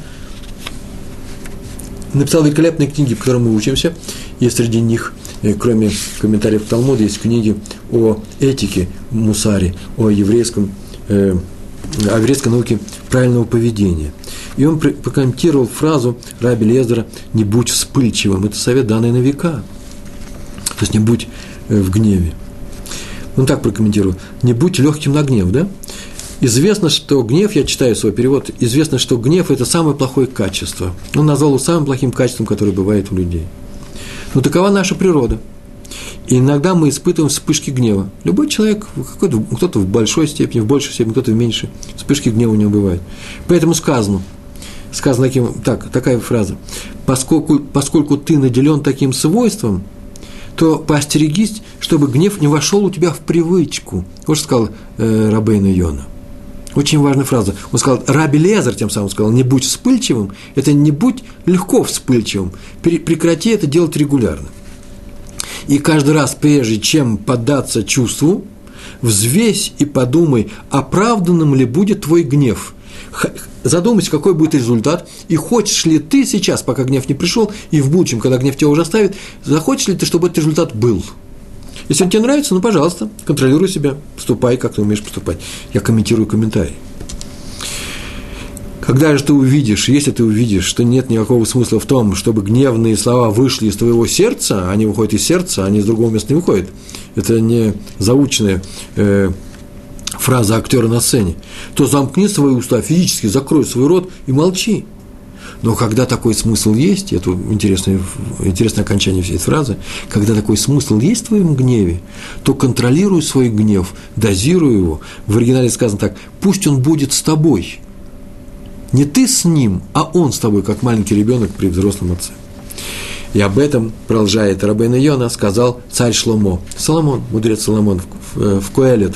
написал великолепные книги, по которым мы учимся, и среди них, кроме комментариев Талмуда, есть книги о этике мусари, о еврейском, э, о еврейской науке правильного поведения. И он прокомментировал фразу раби Элиэзера: «Не будь вспыльчивым». Это совет, данный на века. То есть не будь в гневе. Он так прокомментировал: «Не будь легким на гнев», да? Известно, что гнев, я читаю свой перевод, известно, что гнев – это самое плохое качество. Он назвал его самым плохим качеством, которое бывает у людей. Но такова наша природа. И иногда мы испытываем вспышки гнева. Любой человек, кто-то в большой степени, в большей степени, кто-то в меньшей, вспышки гнева у него бывают. Поэтому сказано, сказано таким, так, такая фраза: поскольку, поскольку ты наделен таким свойством, то поостерегись, чтобы гнев не вошел у тебя в привычку. Вот что сказал э, Рабейну Йона. Очень важная фраза. Он сказал, раби Элиэзер тем самым сказал: не будь вспыльчивым, это не будь легко вспыльчивым, прекрати это делать регулярно. И каждый раз, прежде чем поддаться чувству, взвесь и подумай, оправданным ли будет твой гнев. Задумайся, какой будет результат, и хочешь ли ты сейчас, пока гнев не пришел, и в будущем, когда гнев тебя уже оставит, захочешь ли ты, чтобы этот результат был. Если он тебе нравится, ну, пожалуйста, контролируй себя, поступай, как ты умеешь поступать. Я комментирую комментарий. Когда же ты увидишь, если ты увидишь, что нет никакого смысла в том, чтобы гневные слова вышли из твоего сердца, они выходят из сердца, они из другого места не выходят, это не заученная э, фраза актера на сцене, то замкни свои уста физически, закрой свой рот и молчи. Но когда такой смысл есть, это интересное, интересное окончание всей этой фразы, когда такой смысл есть в твоем гневе, то контролируй свой гнев, дозируй его. В оригинале сказано так: пусть он будет с тобой. Не ты с ним, а он с тобой, как маленький ребенок при взрослом отце. И об этом, продолжает Рабейну Йона, сказал царь Шломо. Соломон, мудрец Соломон, в, в Коэлет.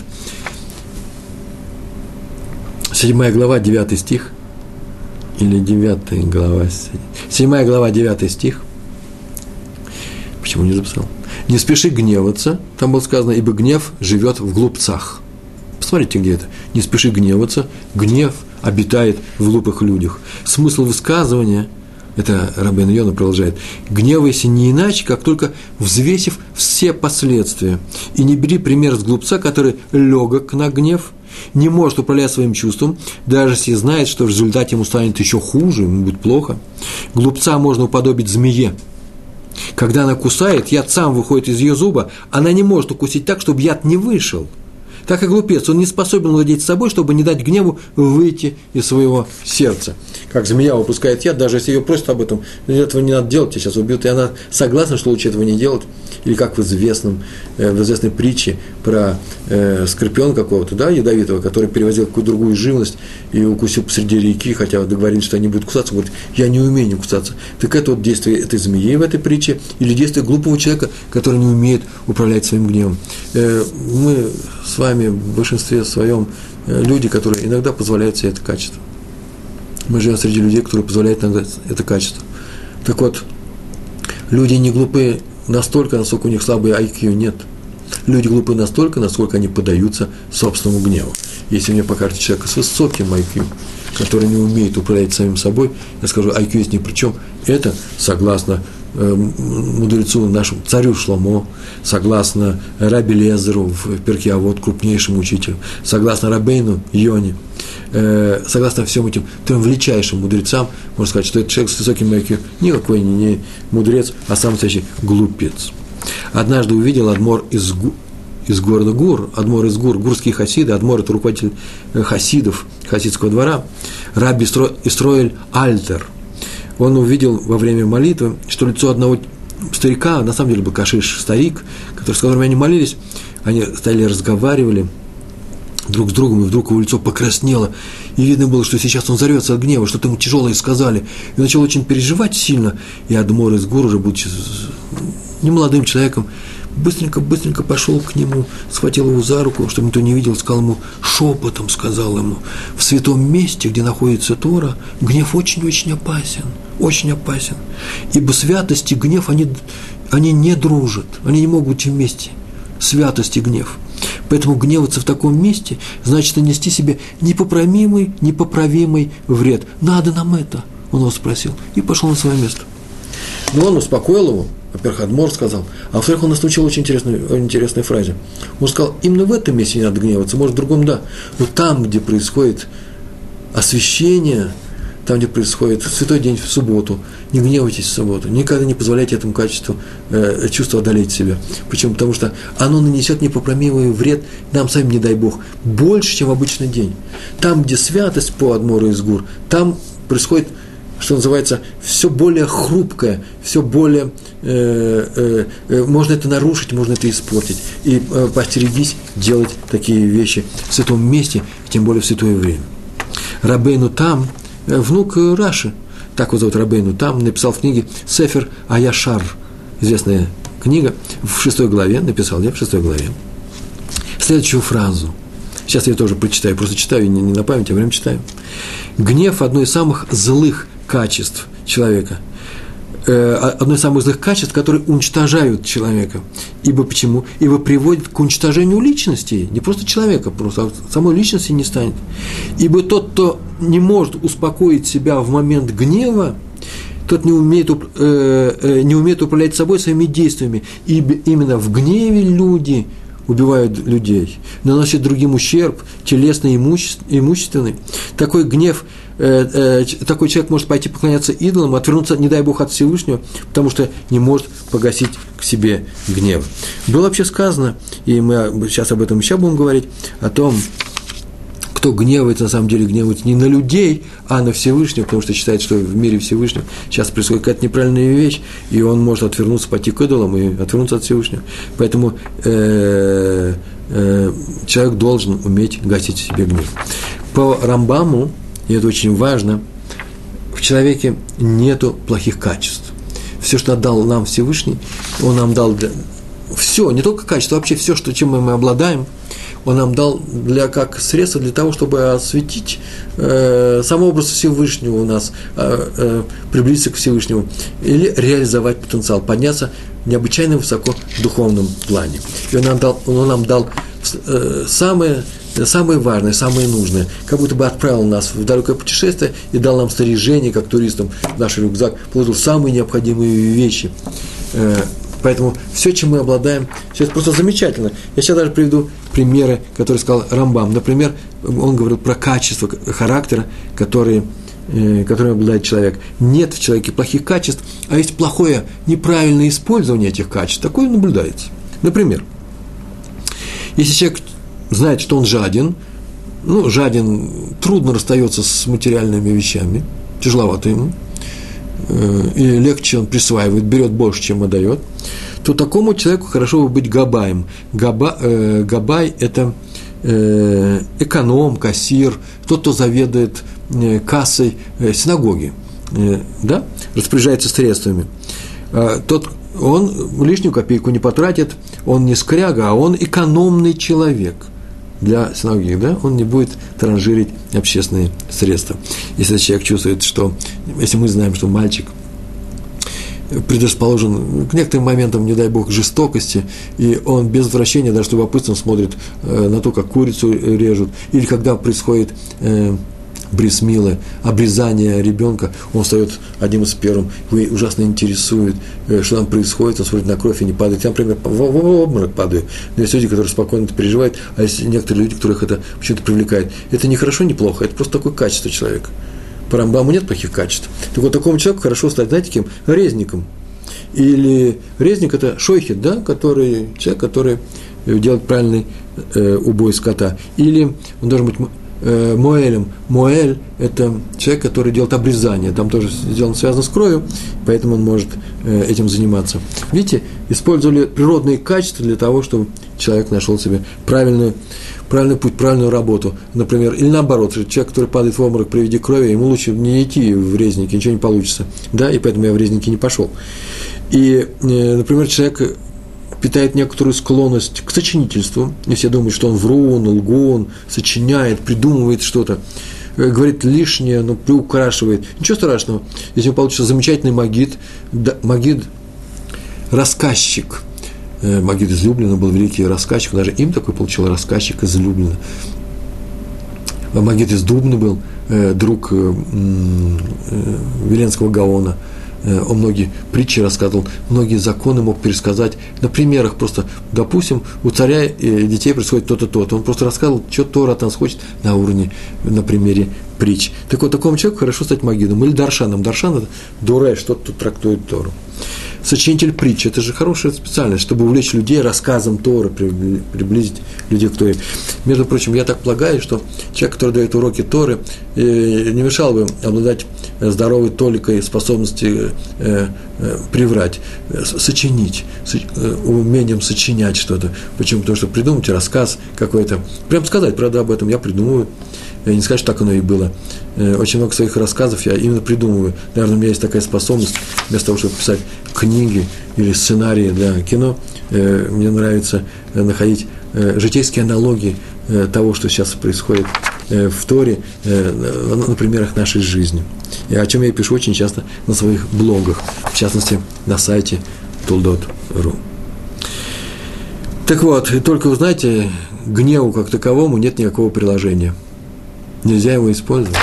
Седьмая глава, девятый стих. Или девятая глава, седьмая глава, девятый стих. Почему не записал? Не спеши гневаться, там было сказано, ибо гнев живет в глупцах. Посмотрите, где это. Не спеши гневаться, гнев обитает в глупых людях. Смысл высказывания, это Рабейну Йона продолжает: гневайся не иначе, как только взвесив все последствия. И не бери пример с глупца, который легок на гнев, не может управлять своим чувством, даже если знает, что в результате ему станет еще хуже, ему будет плохо. Глупца можно уподобить змее. Когда она кусает, яд сам выходит из ее зуба, она не может укусить так, чтобы яд не вышел. Так и глупец, он не способен владеть собой, чтобы не дать гневу выйти из своего сердца. Как змея выпускает яд, даже если ее просят об этом, этого не надо делать, тебя сейчас убьют, и она согласна, что лучше этого не делать. Или как в известном, в известной притче про э, скорпиона какого-то, да, ядовитого, который перевозил какую-то другую живность и укусил посреди реки, хотя договорились, что они будут кусаться, говорит, я не умею не кусаться. Так это вот действие этой змеи в этой притче или действие глупого человека, который не умеет управлять своим гневом. Э, мы с вами в большинстве своем э, люди, которые иногда позволяют себе это качество. Мы живем среди людей, которые позволяют иногда это качество. Так вот, люди не глупые настолько, насколько у них слабый ай кью нет. Люди глупые настолько, насколько они поддаются собственному гневу. Если мне покажете человека с высоким ай кью, который не умеет управлять самим собой, я скажу, ай кью есть ни при чем. Это, согласно э, мудрецу нашему, царю Шломо, согласно Раби Лезеру в Перкей Авот, крупнейшему учителю, согласно Рабейну Йоне, э, согласно всем этим трем величайшим мудрецам, можно сказать, что этот человек с высоким ай кью никакой не, не мудрец, а самый настоящий глупец. Однажды увидел адмор из, из города Гур, адмор из Гур, гурские хасиды, адмор – это руководитель хасидов, хасидского двора, Рабби Исроэль Альтер. Он увидел во время молитвы, что лицо одного старика, на самом деле был кашиш старик, который, с которым они молились, они стояли, разговаривали друг с другом, и вдруг его лицо покраснело, и видно было, что сейчас он взорвется от гнева, что-то ему тяжелое сказали, и начал очень переживать сильно, и адмор из Гур, уже будучи немолодым человеком, быстренько-быстренько пошел к нему, схватил его за руку, чтобы никто не видел, сказал ему, шепотом сказал ему, в святом месте, где находится Тора, гнев очень-очень опасен, очень опасен, ибо святость и гнев, они, они не дружат, они не могут быть вместе, святость и гнев. Поэтому гневаться в таком месте значит нанести себе непоправимый, непоправимый вред. Надо нам это, он его спросил, и пошел на свое место. Но он успокоил его. Во-первых, адмор сказал, а во-вторых, он нас научил очень интересной, интересной фразе. Он сказал, именно в этом месте не надо гневаться, может, в другом да, но там, где происходит освящение, там, где происходит святой день в субботу, не гневайтесь в субботу, никогда не позволяйте этому качеству, э, чувству одолеть себя. Почему? Потому что оно нанесет непоправимый вред нам самим, не дай Бог, больше, чем в обычный день. Там, где святость по адмору из Гур, там происходит, что называется, все более хрупкое, все более, э, э, э, можно это нарушить, можно это испортить. И э, постерегись делать такие вещи в святом месте, тем более в святое время. Рабейну Там, э, внук Раши, так его зовут Рабейну Там, написал в книге Сефер Аяшар, известная книга, в шестой главе, написал я в шестой главе, следующую фразу. Сейчас я ее тоже прочитаю, просто читаю, не, не на память, а время читаю. Гнев – одно из самых злых качеств человека, одно из самых злых качеств, которые уничтожают человека. Ибо почему? Ибо приводит к уничтожению личности, не просто человека, просто самой личности не станет. Ибо тот, кто не может успокоить себя в момент гнева, тот не умеет, э, не умеет управлять собой, своими действиями. Ибо именно в гневе люди убивают людей, наносят другим ущерб, телесный и имущественный. Такой гнев, э, э, такой человек может пойти поклоняться идолам, отвернуться, не дай Бог, от Всевышнего, потому что не может погасить к себе гнев. Было вообще сказано, и мы сейчас об этом еще будем говорить, о том, кто гневается, на самом деле гневается не на людей, а на Всевышнего, потому что считает, что в мире Всевышнего сейчас происходит какая-то неправильная вещь, и он может отвернуться, пойти к идолам и отвернуться от Всевышнего. Поэтому э, э, человек должен уметь гасить в себе гнев. По Рамбаму, и это очень важно, в человеке нету плохих качеств. Все, что отдал нам Всевышний, он нам дал для... все, не только качество, вообще все, что, чем мы обладаем, он нам дал для, как средство для того, чтобы осветить э, сам образ Всевышнего у нас, э, э, приблизиться к Всевышнему, или реализовать потенциал, подняться необычайно высоко в духовном плане. И он нам дал, он нам дал э, самое, самое важное, самое нужное, как будто бы отправил нас в далекое путешествие и дал нам снаряжение, как туристам, в наш рюкзак, положил самые необходимые вещи. Э, Поэтому все, чем мы обладаем, все это просто замечательно. Я сейчас даже приведу примеры, которые сказал Рамбам. Например, он говорил про качество характера, которые, э, которым обладает человек. Нет в человеке плохих качеств, а есть плохое, неправильное использование этих качеств. Такое наблюдается. Например, если человек знает, что он жаден, ну, жаден, трудно расстается с материальными вещами, тяжеловато ему, и легче он присваивает, берет больше, чем отдает, то такому человеку хорошо бы быть габаем. Габа, э, габай – это э, эконом, кассир, тот, кто заведует э, кассой э, синагоги, э, да, распоряжается средствами. Э, тот, он лишнюю копейку не потратит, он не скряга, а он экономный человек для синагоги, да, он не будет транжирить общественные средства. Если человек чувствует, что, если мы знаем, что мальчик предрасположен к некоторым моментам, не дай бог, жестокости, и он без отвращения, даже с любопытством смотрит э, на то, как курицу режут, или когда происходит э, брис милы, обрезание ребенка, он встает одним из первых, его ужасно интересует, э, что там происходит, он смотрит на кровь и не падает. Я, например, в, в, в обморок падаю. Но есть люди, которые спокойно это переживают, а есть некоторые люди, которых это почему-то привлекает. Это не хорошо, не плохо, это просто такое качество человека. По Рамбаму нет плохих качеств. Так вот, такому человеку хорошо стать, знаете, кем? Резником. Или резник – это шойхет, да, который, человек, который делает правильный э, убой скота. Или он должен быть э, моэлем. Моэль – это человек, который делает обрезание. Там тоже сделано, связано с кровью, поэтому он может э, этим заниматься. Видите, использовали природные качества для того, чтобы человек нашел себе правильную правильный путь, правильную работу, например, или наоборот, человек, который падает в обморок при виде крови, ему лучше не идти в резники, ничего не получится, да, и поэтому я в резники не пошел. И, например, человек питает некоторую склонность к сочинительству, и все думают, что он врун, лгун, сочиняет, придумывает что-то, говорит лишнее, но приукрашивает. Ничего страшного, если у него получится замечательный магид, да, магид – рассказчик. Магид из Люблина был великий рассказчик, даже им такой получил рассказчик из Люблина. Магид из Дубны был, э, друг э, э, Веленского Гаона. Э, он многие притчи рассказывал, многие законы мог пересказать на примерах. Просто, допустим, у царя и детей происходит то-то, то-то. Он просто рассказывал, что Тора от нас хочет на уровне, на примере притч. Так вот, такому человеку хорошо стать магидом. Или даршаном. Даршан – это дуре, что-то тут трактует Тору. Сочинитель притчи – это же хорошая специальность, чтобы увлечь людей рассказом Торы, приблизить людей к Торе. Между прочим, я так полагаю, что человек, который дает уроки Торы, не мешал бы обладать здоровой толикой способности приврать, сочинить, умением сочинять что-то. Почему? Потому что придумать рассказ какой-то, прям сказать, правда, об этом я придумываю. Я не скажу, что так оно и было. Очень много своих рассказов я именно придумываю. Наверное, у меня есть такая способность, вместо того, чтобы писать книги или сценарии для кино, мне нравится находить житейские аналогии того, что сейчас происходит в Торе, на примерах нашей жизни. И о чем я пишу очень часто на своих блогах, в частности, на сайте толдот точка ру. Так вот, только вы знаете, гневу как таковому нет никакого приложения. Нельзя его использовать.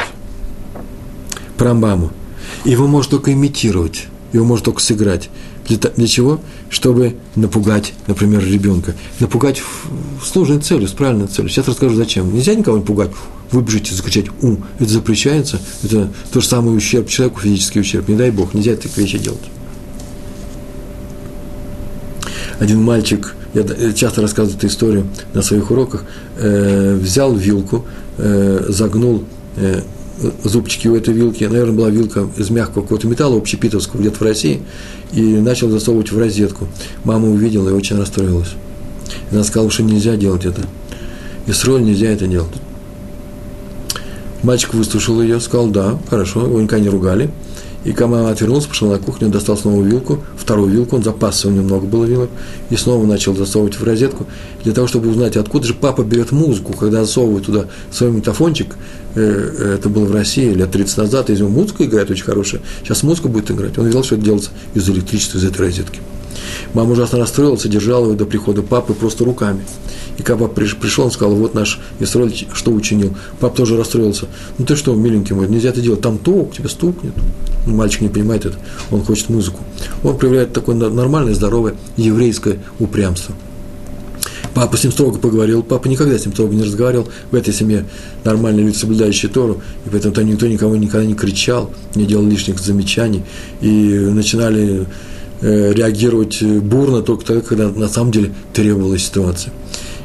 По Рамбаму. Его можно только имитировать, его можно только сыграть. Для, для чего? Чтобы напугать, например, ребенка. Напугать с нужной целью, с правильной целью. Сейчас расскажу, зачем. Нельзя никого не пугать, выбежите, закричать «у». Это запрещается. Это то же самое ущерб человеку, физический ущерб. Не дай Бог, нельзя такие вещи делать. Один мальчик, я часто рассказываю эту историю на своих уроках, э, взял вилку, э, загнул э, зубчики у этой вилки, наверное, была вилка из мягкого какого-то металла, общепитовского, где-то в России, и начал засовывать в розетку. Мама увидела и очень расстроилась. И она сказала, что нельзя делать это. Исроль, нельзя это делать. Мальчик выслушал ее, сказал, да, хорошо, его никогда не ругали. И когда мама отвернулась, пошел на кухню, достал снова вилку, вторую вилку, он запасся, у него много было вилок, и снова начал засовывать в розетку, для того, чтобы узнать, откуда же папа берет музыку, когда засовывает туда свой микрофончик, э, это было в России лет тридцать назад, из него музыка играет очень хорошая, сейчас музыка будет играть, он видел, что это делается из электричества, из этой розетки. Мама ужасно расстроилась и держала его до прихода папы просто руками. И когда папа пришел, он сказал, вот наш Исроль, что учинил. Папа тоже расстроился. Ну ты что, миленький мой, нельзя это делать, там ток, тебе стукнет. Мальчик не понимает это, он хочет музыку. Он проявляет такое нормальное, здоровое еврейское упрямство. Папа с ним строго поговорил, папа никогда с ним строго не разговаривал. В этой семье нормальные люди, соблюдающие Тору, и поэтому там никто никого никогда не кричал, не делал лишних замечаний, и начинали реагировать бурно только тогда, когда на самом деле требовалась ситуация.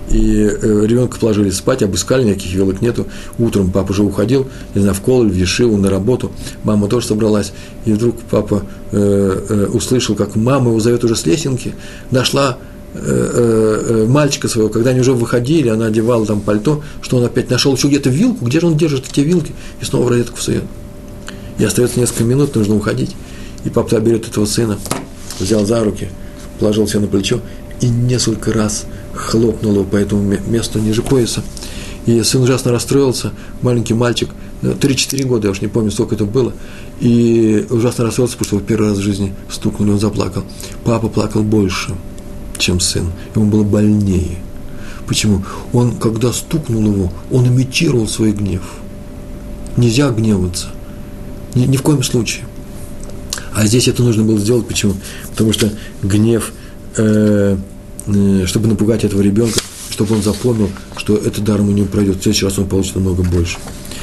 И э, ребенка положили спать, обыскали, никаких вилок нету. Утром папа уже уходил, не знаю, в колледж, в ешиву, на работу. Мама тоже собралась. И вдруг папа э, э, услышал, как мама его зовет уже с лесенки. Нашла э, э, мальчика своего, когда они уже выходили, она одевала там пальто, что он опять нашел еще где-то вилку, где же он держит эти вилки, и снова в розетку сует. И остается несколько минут, нужно уходить. И папа берет этого сына, взял за руки, положил себе на плечо и несколько раз хлопнул его по этому месту ниже пояса. И сын ужасно расстроился, маленький мальчик, три-четыре года, я уж не помню, сколько это было, и ужасно расстроился, потому что его первый раз в жизни стукнули, он заплакал. Папа плакал больше, чем сын, ему было больнее. Почему? Он, когда стукнул его, он имитировал свой гнев. Нельзя гневаться, ни, ни в коем случае. А здесь это нужно было сделать, почему? Потому что гнев, э, э, чтобы напугать этого ребенка, чтобы он запомнил, что это даром у него пройдет. В следующий раз он получит намного больше.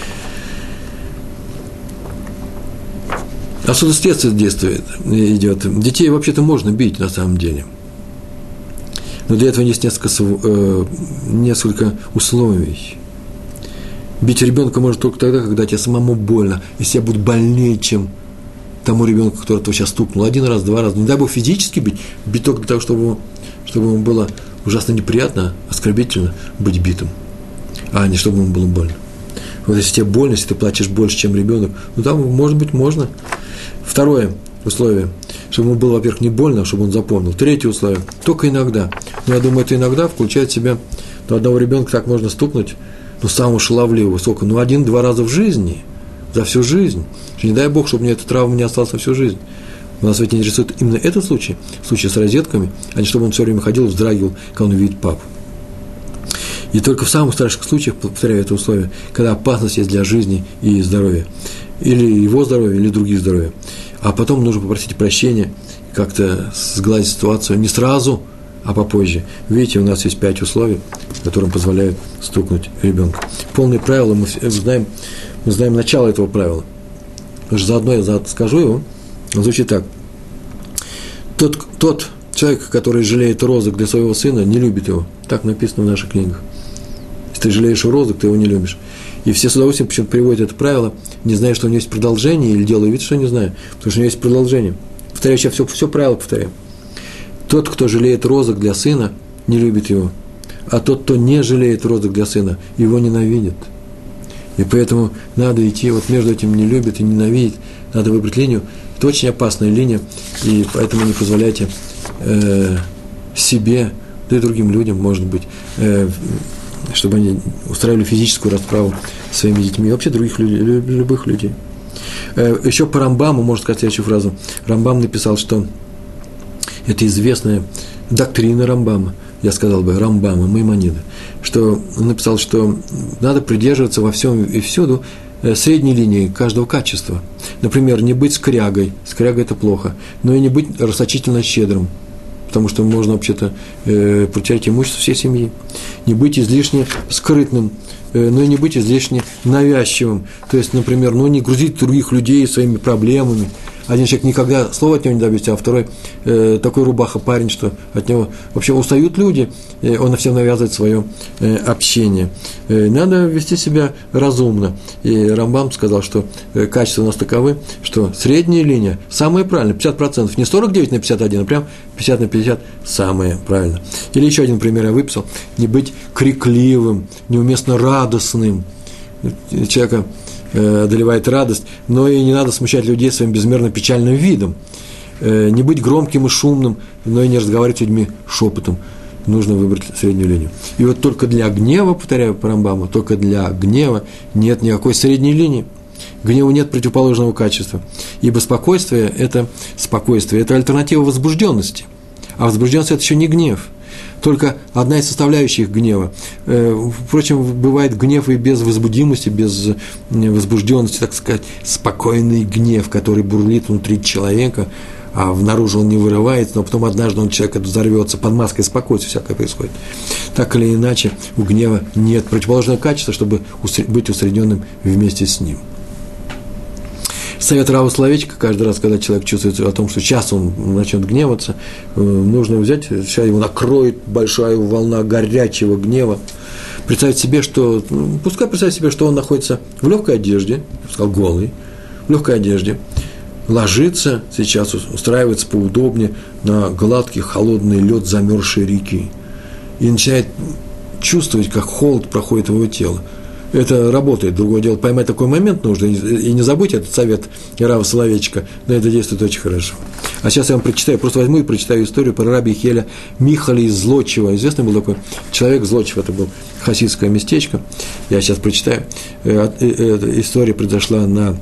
Отсюда с детства действует, идет. Детей вообще-то можно бить на самом деле. Но для этого есть несколько, э, несколько условий. Бить ребенка можно только тогда, когда тебе самому больно, если тебе будет больнее, чем тому ребенку, который тебя сейчас стукнул. Один раз, два раза. Не дай бог физически бить, бить только для того, чтобы, чтобы ему было ужасно неприятно, оскорбительно быть битым, а не чтобы ему было больно. Вот если тебе больно, если ты плачешь больше, чем ребенок, ну там, может быть, можно. Второе условие, чтобы ему было, во-первых, не больно, а чтобы он запомнил. Третье условие, только иногда. Но я думаю, это иногда включает в себя, до одного ребенка так можно стукнуть, ну, самого шаловливого, сколько, ну, один-два раза в жизни, за всю жизнь. Не дай Бог, чтобы мне эта травма не осталась на всю жизнь. У нас ведь интересует именно этот случай, случай с розетками, а не чтобы он все время ходил и вздрагивал, когда он увидит папу. И только в самых страшных случаях, повторяю это условие, когда опасность есть для жизни и здоровья, или его здоровья, или других здоровья. А потом нужно попросить прощения, как-то сгладить ситуацию не сразу, а попозже. Видите, у нас есть пять условий, которые позволяют стукнуть ребенка. Полные правила мы знаем, мы знаем начало этого правила. Заодно я скажу его. Он звучит так. Тот, тот человек, который жалеет розок для своего сына, не любит его. Так написано в наших книгах. Если ты жалеешь розок, ты его не любишь. И все с удовольствием почему-то приводят это правило, не зная, что у него есть продолжение, или делая вид, что не знаю, потому что у него есть продолжение. Повторяю, я все, все правило повторяю. Тот, кто жалеет розок для сына, не любит его. А тот, кто не жалеет розок для сына, его ненавидит. И поэтому надо идти вот между этим не любит и ненавидит. Надо выбрать линию. Это очень опасная линия, и поэтому не позволяйте э, себе, да и другим людям, может быть, э, чтобы они устраивали физическую расправу с своими детьми, и вообще других людей, любых людей. Э, еще по Рамбаму, можно сказать следующую фразу. Рамбам написал, что это известная доктрина Рамбама, я сказал бы, Рамбама, Маймонида, что он написал, что надо придерживаться во всем и всюду средней линии каждого качества. Например, не быть скрягой, скрягой – это плохо, но и не быть расточительно щедрым, потому что можно вообще-то э, потерять имущество всей семьи. Не быть излишне скрытным, э, но и не быть излишне навязчивым. То есть, например, ну, не грузить других людей своими проблемами. Один человек никогда слова от него не добьется, а второй э, такой рубаха парень, что от него вообще устают люди, э, он всем навязывает свое э, общение. Э, надо вести себя разумно. И Рамбам сказал, что э, качества у нас таковы, что средняя линия самая правильная, пятьдесят процентов, не сорок девять на пятьдесят один, а прям пятьдесят на пятьдесят самое правильно. Или еще один пример я выписал: не быть крикливым, неуместно радостным. Человека одолевает радость, но и не надо смущать людей своим безмерно печальным видом. Не быть громким и шумным, но и не разговаривать с людьми шепотом. Нужно выбрать среднюю линию. И вот только для гнева, повторяю по Рамбаму, только для гнева нет никакой средней линии. Гневу нет противоположного качества. Ибо спокойствие – это спокойствие, это альтернатива возбужденности. А возбужденность – это еще не гнев. Только одна из составляющих гнева. Впрочем, бывает гнев и без возбудимости, без возбужденности, так сказать, спокойный гнев, который бурлит внутри человека, а наружу он не вырывается, но потом однажды он, человек взорвется под маской спокойствия, всякое происходит. Так или иначе, у гнева нет противоположного качества, чтобы быть усредненным вместе с ним. Совет Рава Соловейчика: каждый раз, когда человек чувствует о том, что сейчас он начнет гневаться, нужно взять, сейчас его накроет большая волна горячего гнева, представить себе, что, пускай представить себе, что он находится в легкой одежде, я бы сказал, голый, в легкой одежде, ложится сейчас, устраивается поудобнее на гладкий холодный лед замерзшей реки и начинает чувствовать, как холод проходит в его тело. Это работает. Другое дело, поймать такой момент нужно. И не забудьте этот совет Рава Соловейчика, но это действует очень хорошо. А сейчас я вам прочитаю, просто возьму и прочитаю историю про раби Хеля Михаля из Злочева. Известный был такой человек, Злочев, это был хасидское местечко. Я сейчас прочитаю. Эта история произошла на,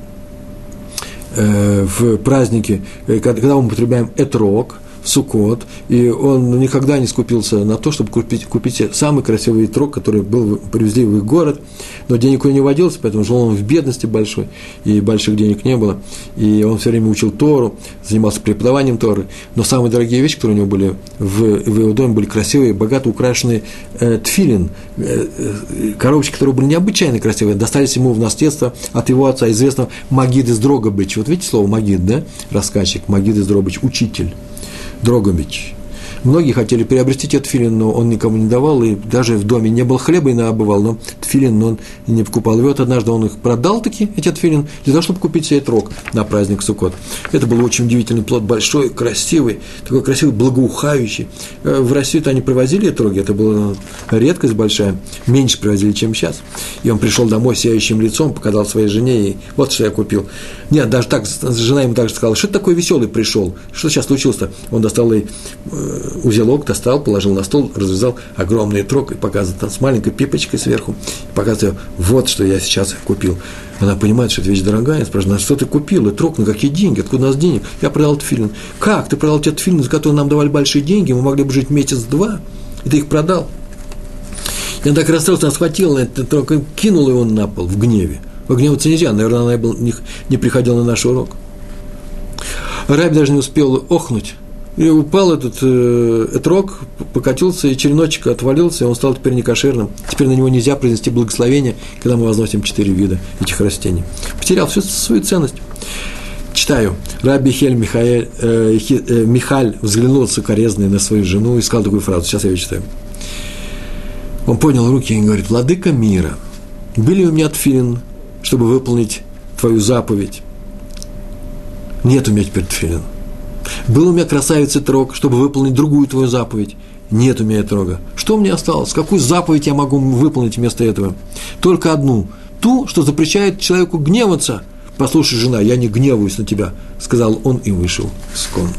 в празднике, когда мы употребляем этрог, в Суккот, и он никогда не скупился на то, чтобы купить, купить самый красивый этрог, который был, привезли в их город, но денег у него не водилось, поэтому жил он в бедности большой, и больших денег не было, и он все время учил Тору, занимался преподаванием Торы, но самые дорогие вещи, которые у него были в, в его доме, были красивые, богато украшенные э, тфилин, э, э, коробочки, которые были необычайно красивые, достались ему в наследство от его отца, известного Магид из Дрогобыча. Вот видите слово Магид, да? Рассказчик, Магид из Дрогобыч, учитель. Дрогобич. Многие хотели приобрести этот тфилин, но он никому не давал, и даже в доме не было хлеба, и набывал, но тфилин он не покупал. И вот однажды он их продал таки, эти тфилин, для того, чтобы купить себе этрог на праздник Суккот. Это был очень удивительный плод, большой, красивый, такой красивый, благоухающий. В Россию-то они привозили этроги, это была редкость большая, меньше привозили, чем сейчас. И он пришел домой сияющим лицом, показал своей жене, и вот что я купил. Нет, даже так, жена ему также сказала: что ты такой веселый пришел, что сейчас случилось-то? Он достал и узелок, достал, положил на стол, развязал огромный этрог и показывает там с маленькой пипочкой сверху, показывает: вот что я сейчас купил. Она понимает, что это вещь дорогая, спрашивает: что ты купил, этрог, на какие деньги, откуда у нас денег? Я продал тфилин. Как? Ты продал те тфилины, за которые нам давали большие деньги, мы могли бы жить месяц-два, и ты их продал? И он так расстроился, она схватила этот этрог и кинула его на пол в гневе. Гневаться нельзя, наверное, она был, не, не приходила на наш урок. Раби даже не успел охнуть, и упал этот э, этрог, покатился, и череночек отвалился, и он стал теперь некошерным. Теперь на него нельзя произнести благословение, когда мы возносим четыре вида этих растений. Потерял всю свою ценность. Читаю. Раби Хель Михаэль, э, э, Михаль взглянул сукорезный на свою жену и сказал такую фразу. Сейчас я ее читаю. Он поднял руки и говорит: «Владыка мира, были у меня тфилин, чтобы выполнить твою заповедь? Нет у меня теперь тфилин. Был у меня красавец этрог, чтобы выполнить другую твою заповедь? Нет у меня этрога. Что мне осталось? Какую заповедь я могу выполнить вместо этого? Только одну. Ту, что запрещает человеку гневаться. Послушай, жена, я не гневаюсь на тебя», – сказал он и вышел из комнаты.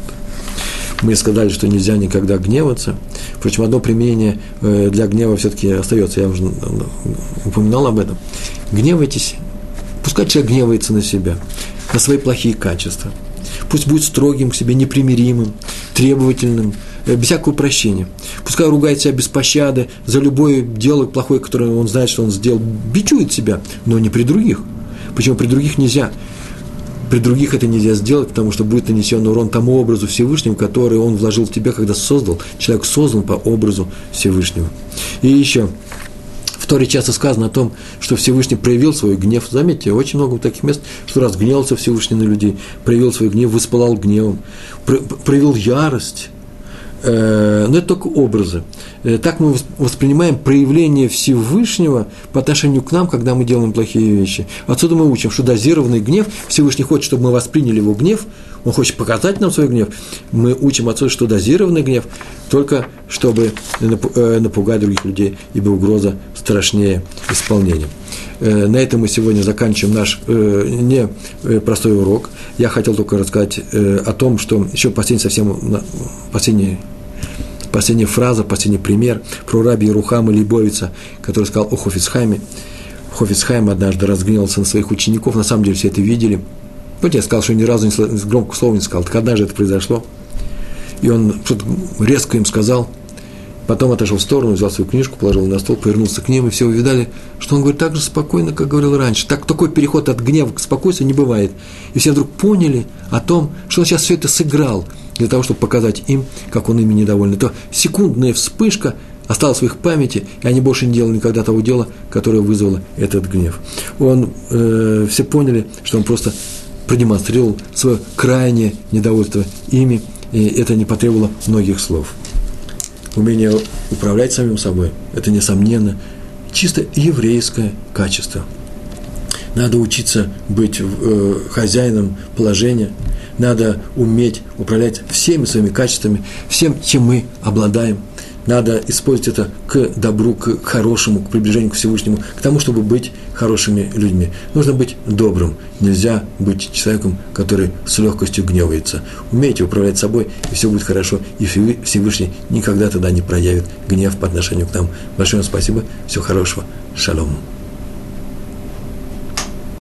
Мы сказали, что нельзя никогда гневаться. Впрочем, одно применение для гнева все-таки остается. Я уже упоминал об этом. Гневайтесь. Пускай человек гневается на себя, на свои плохие качества. Пусть будет строгим к себе, непримиримым, требовательным, без всякого прощения. Пускай ругает себя без пощады за любое дело плохое, которое он знает, что он сделал, бичует себя, но не при других. Почему при других нельзя? При других это нельзя сделать, потому что будет нанесен урон тому образу Всевышнего, который он вложил в тебя, когда создал. Человек создан по образу Всевышнего. И еще. В Торе часто сказано о том, что Всевышний проявил свой гнев. Заметьте, очень много таких мест, что разгневался Всевышний на людей, проявил свой гнев, воспылал гневом, проявил ярость. Но это только образы. Так мы воспринимаем проявление Всевышнего по отношению к нам, когда мы делаем плохие вещи. Отсюда мы учим, что дозированный гнев, Всевышний хочет, чтобы мы восприняли его гнев, он хочет показать нам свой гнев. Мы учим отсюда, что дозированный гнев только чтобы напугать других людей, ибо угроза страшнее исполнения. На этом мы сегодня заканчиваем наш э, не простой урок. Я хотел только рассказать э, о том, что еще последний, совсем последний, последняя фраза, последний пример про раби Ерухама Лейбовица, который сказал о Хофец Хаиме. Хофец Хаим однажды разгневался на своих учеников, на самом деле все это видели. Вот я сказал, что ни разу не громкого слова не сказал, так однажды это произошло. И он что-то резко им сказал. Потом отошел в сторону, взял свою книжку, положил на стол, повернулся к ним, и все увидали, что он говорит так же спокойно, как говорил раньше. Так, такой переход от гнева к спокойствию не бывает. И все вдруг поняли о том, что он сейчас все это сыграл, для того, чтобы показать им, как он ими недоволен. То секундная вспышка осталась в их памяти, и они больше не делали никогда того дела, которое вызвало этот гнев. Он, э, все поняли, что он просто продемонстрировал свое крайнее недовольство ими, и это не потребовало многих слов. Умение управлять самим собой – это, несомненно, чисто еврейское качество. Надо учиться быть э, хозяином положения, надо уметь управлять всеми своими качествами, всем, чем мы обладаем. Надо использовать это к добру, к хорошему, к приближению к Всевышнему, к тому, чтобы быть хорошими людьми. Нужно быть добрым. Нельзя быть человеком, который с легкостью гневается. Умейте управлять собой, и все будет хорошо. И Всевышний никогда тогда не проявит гнев по отношению к нам. Большое вам спасибо. Всего хорошего. Шалом.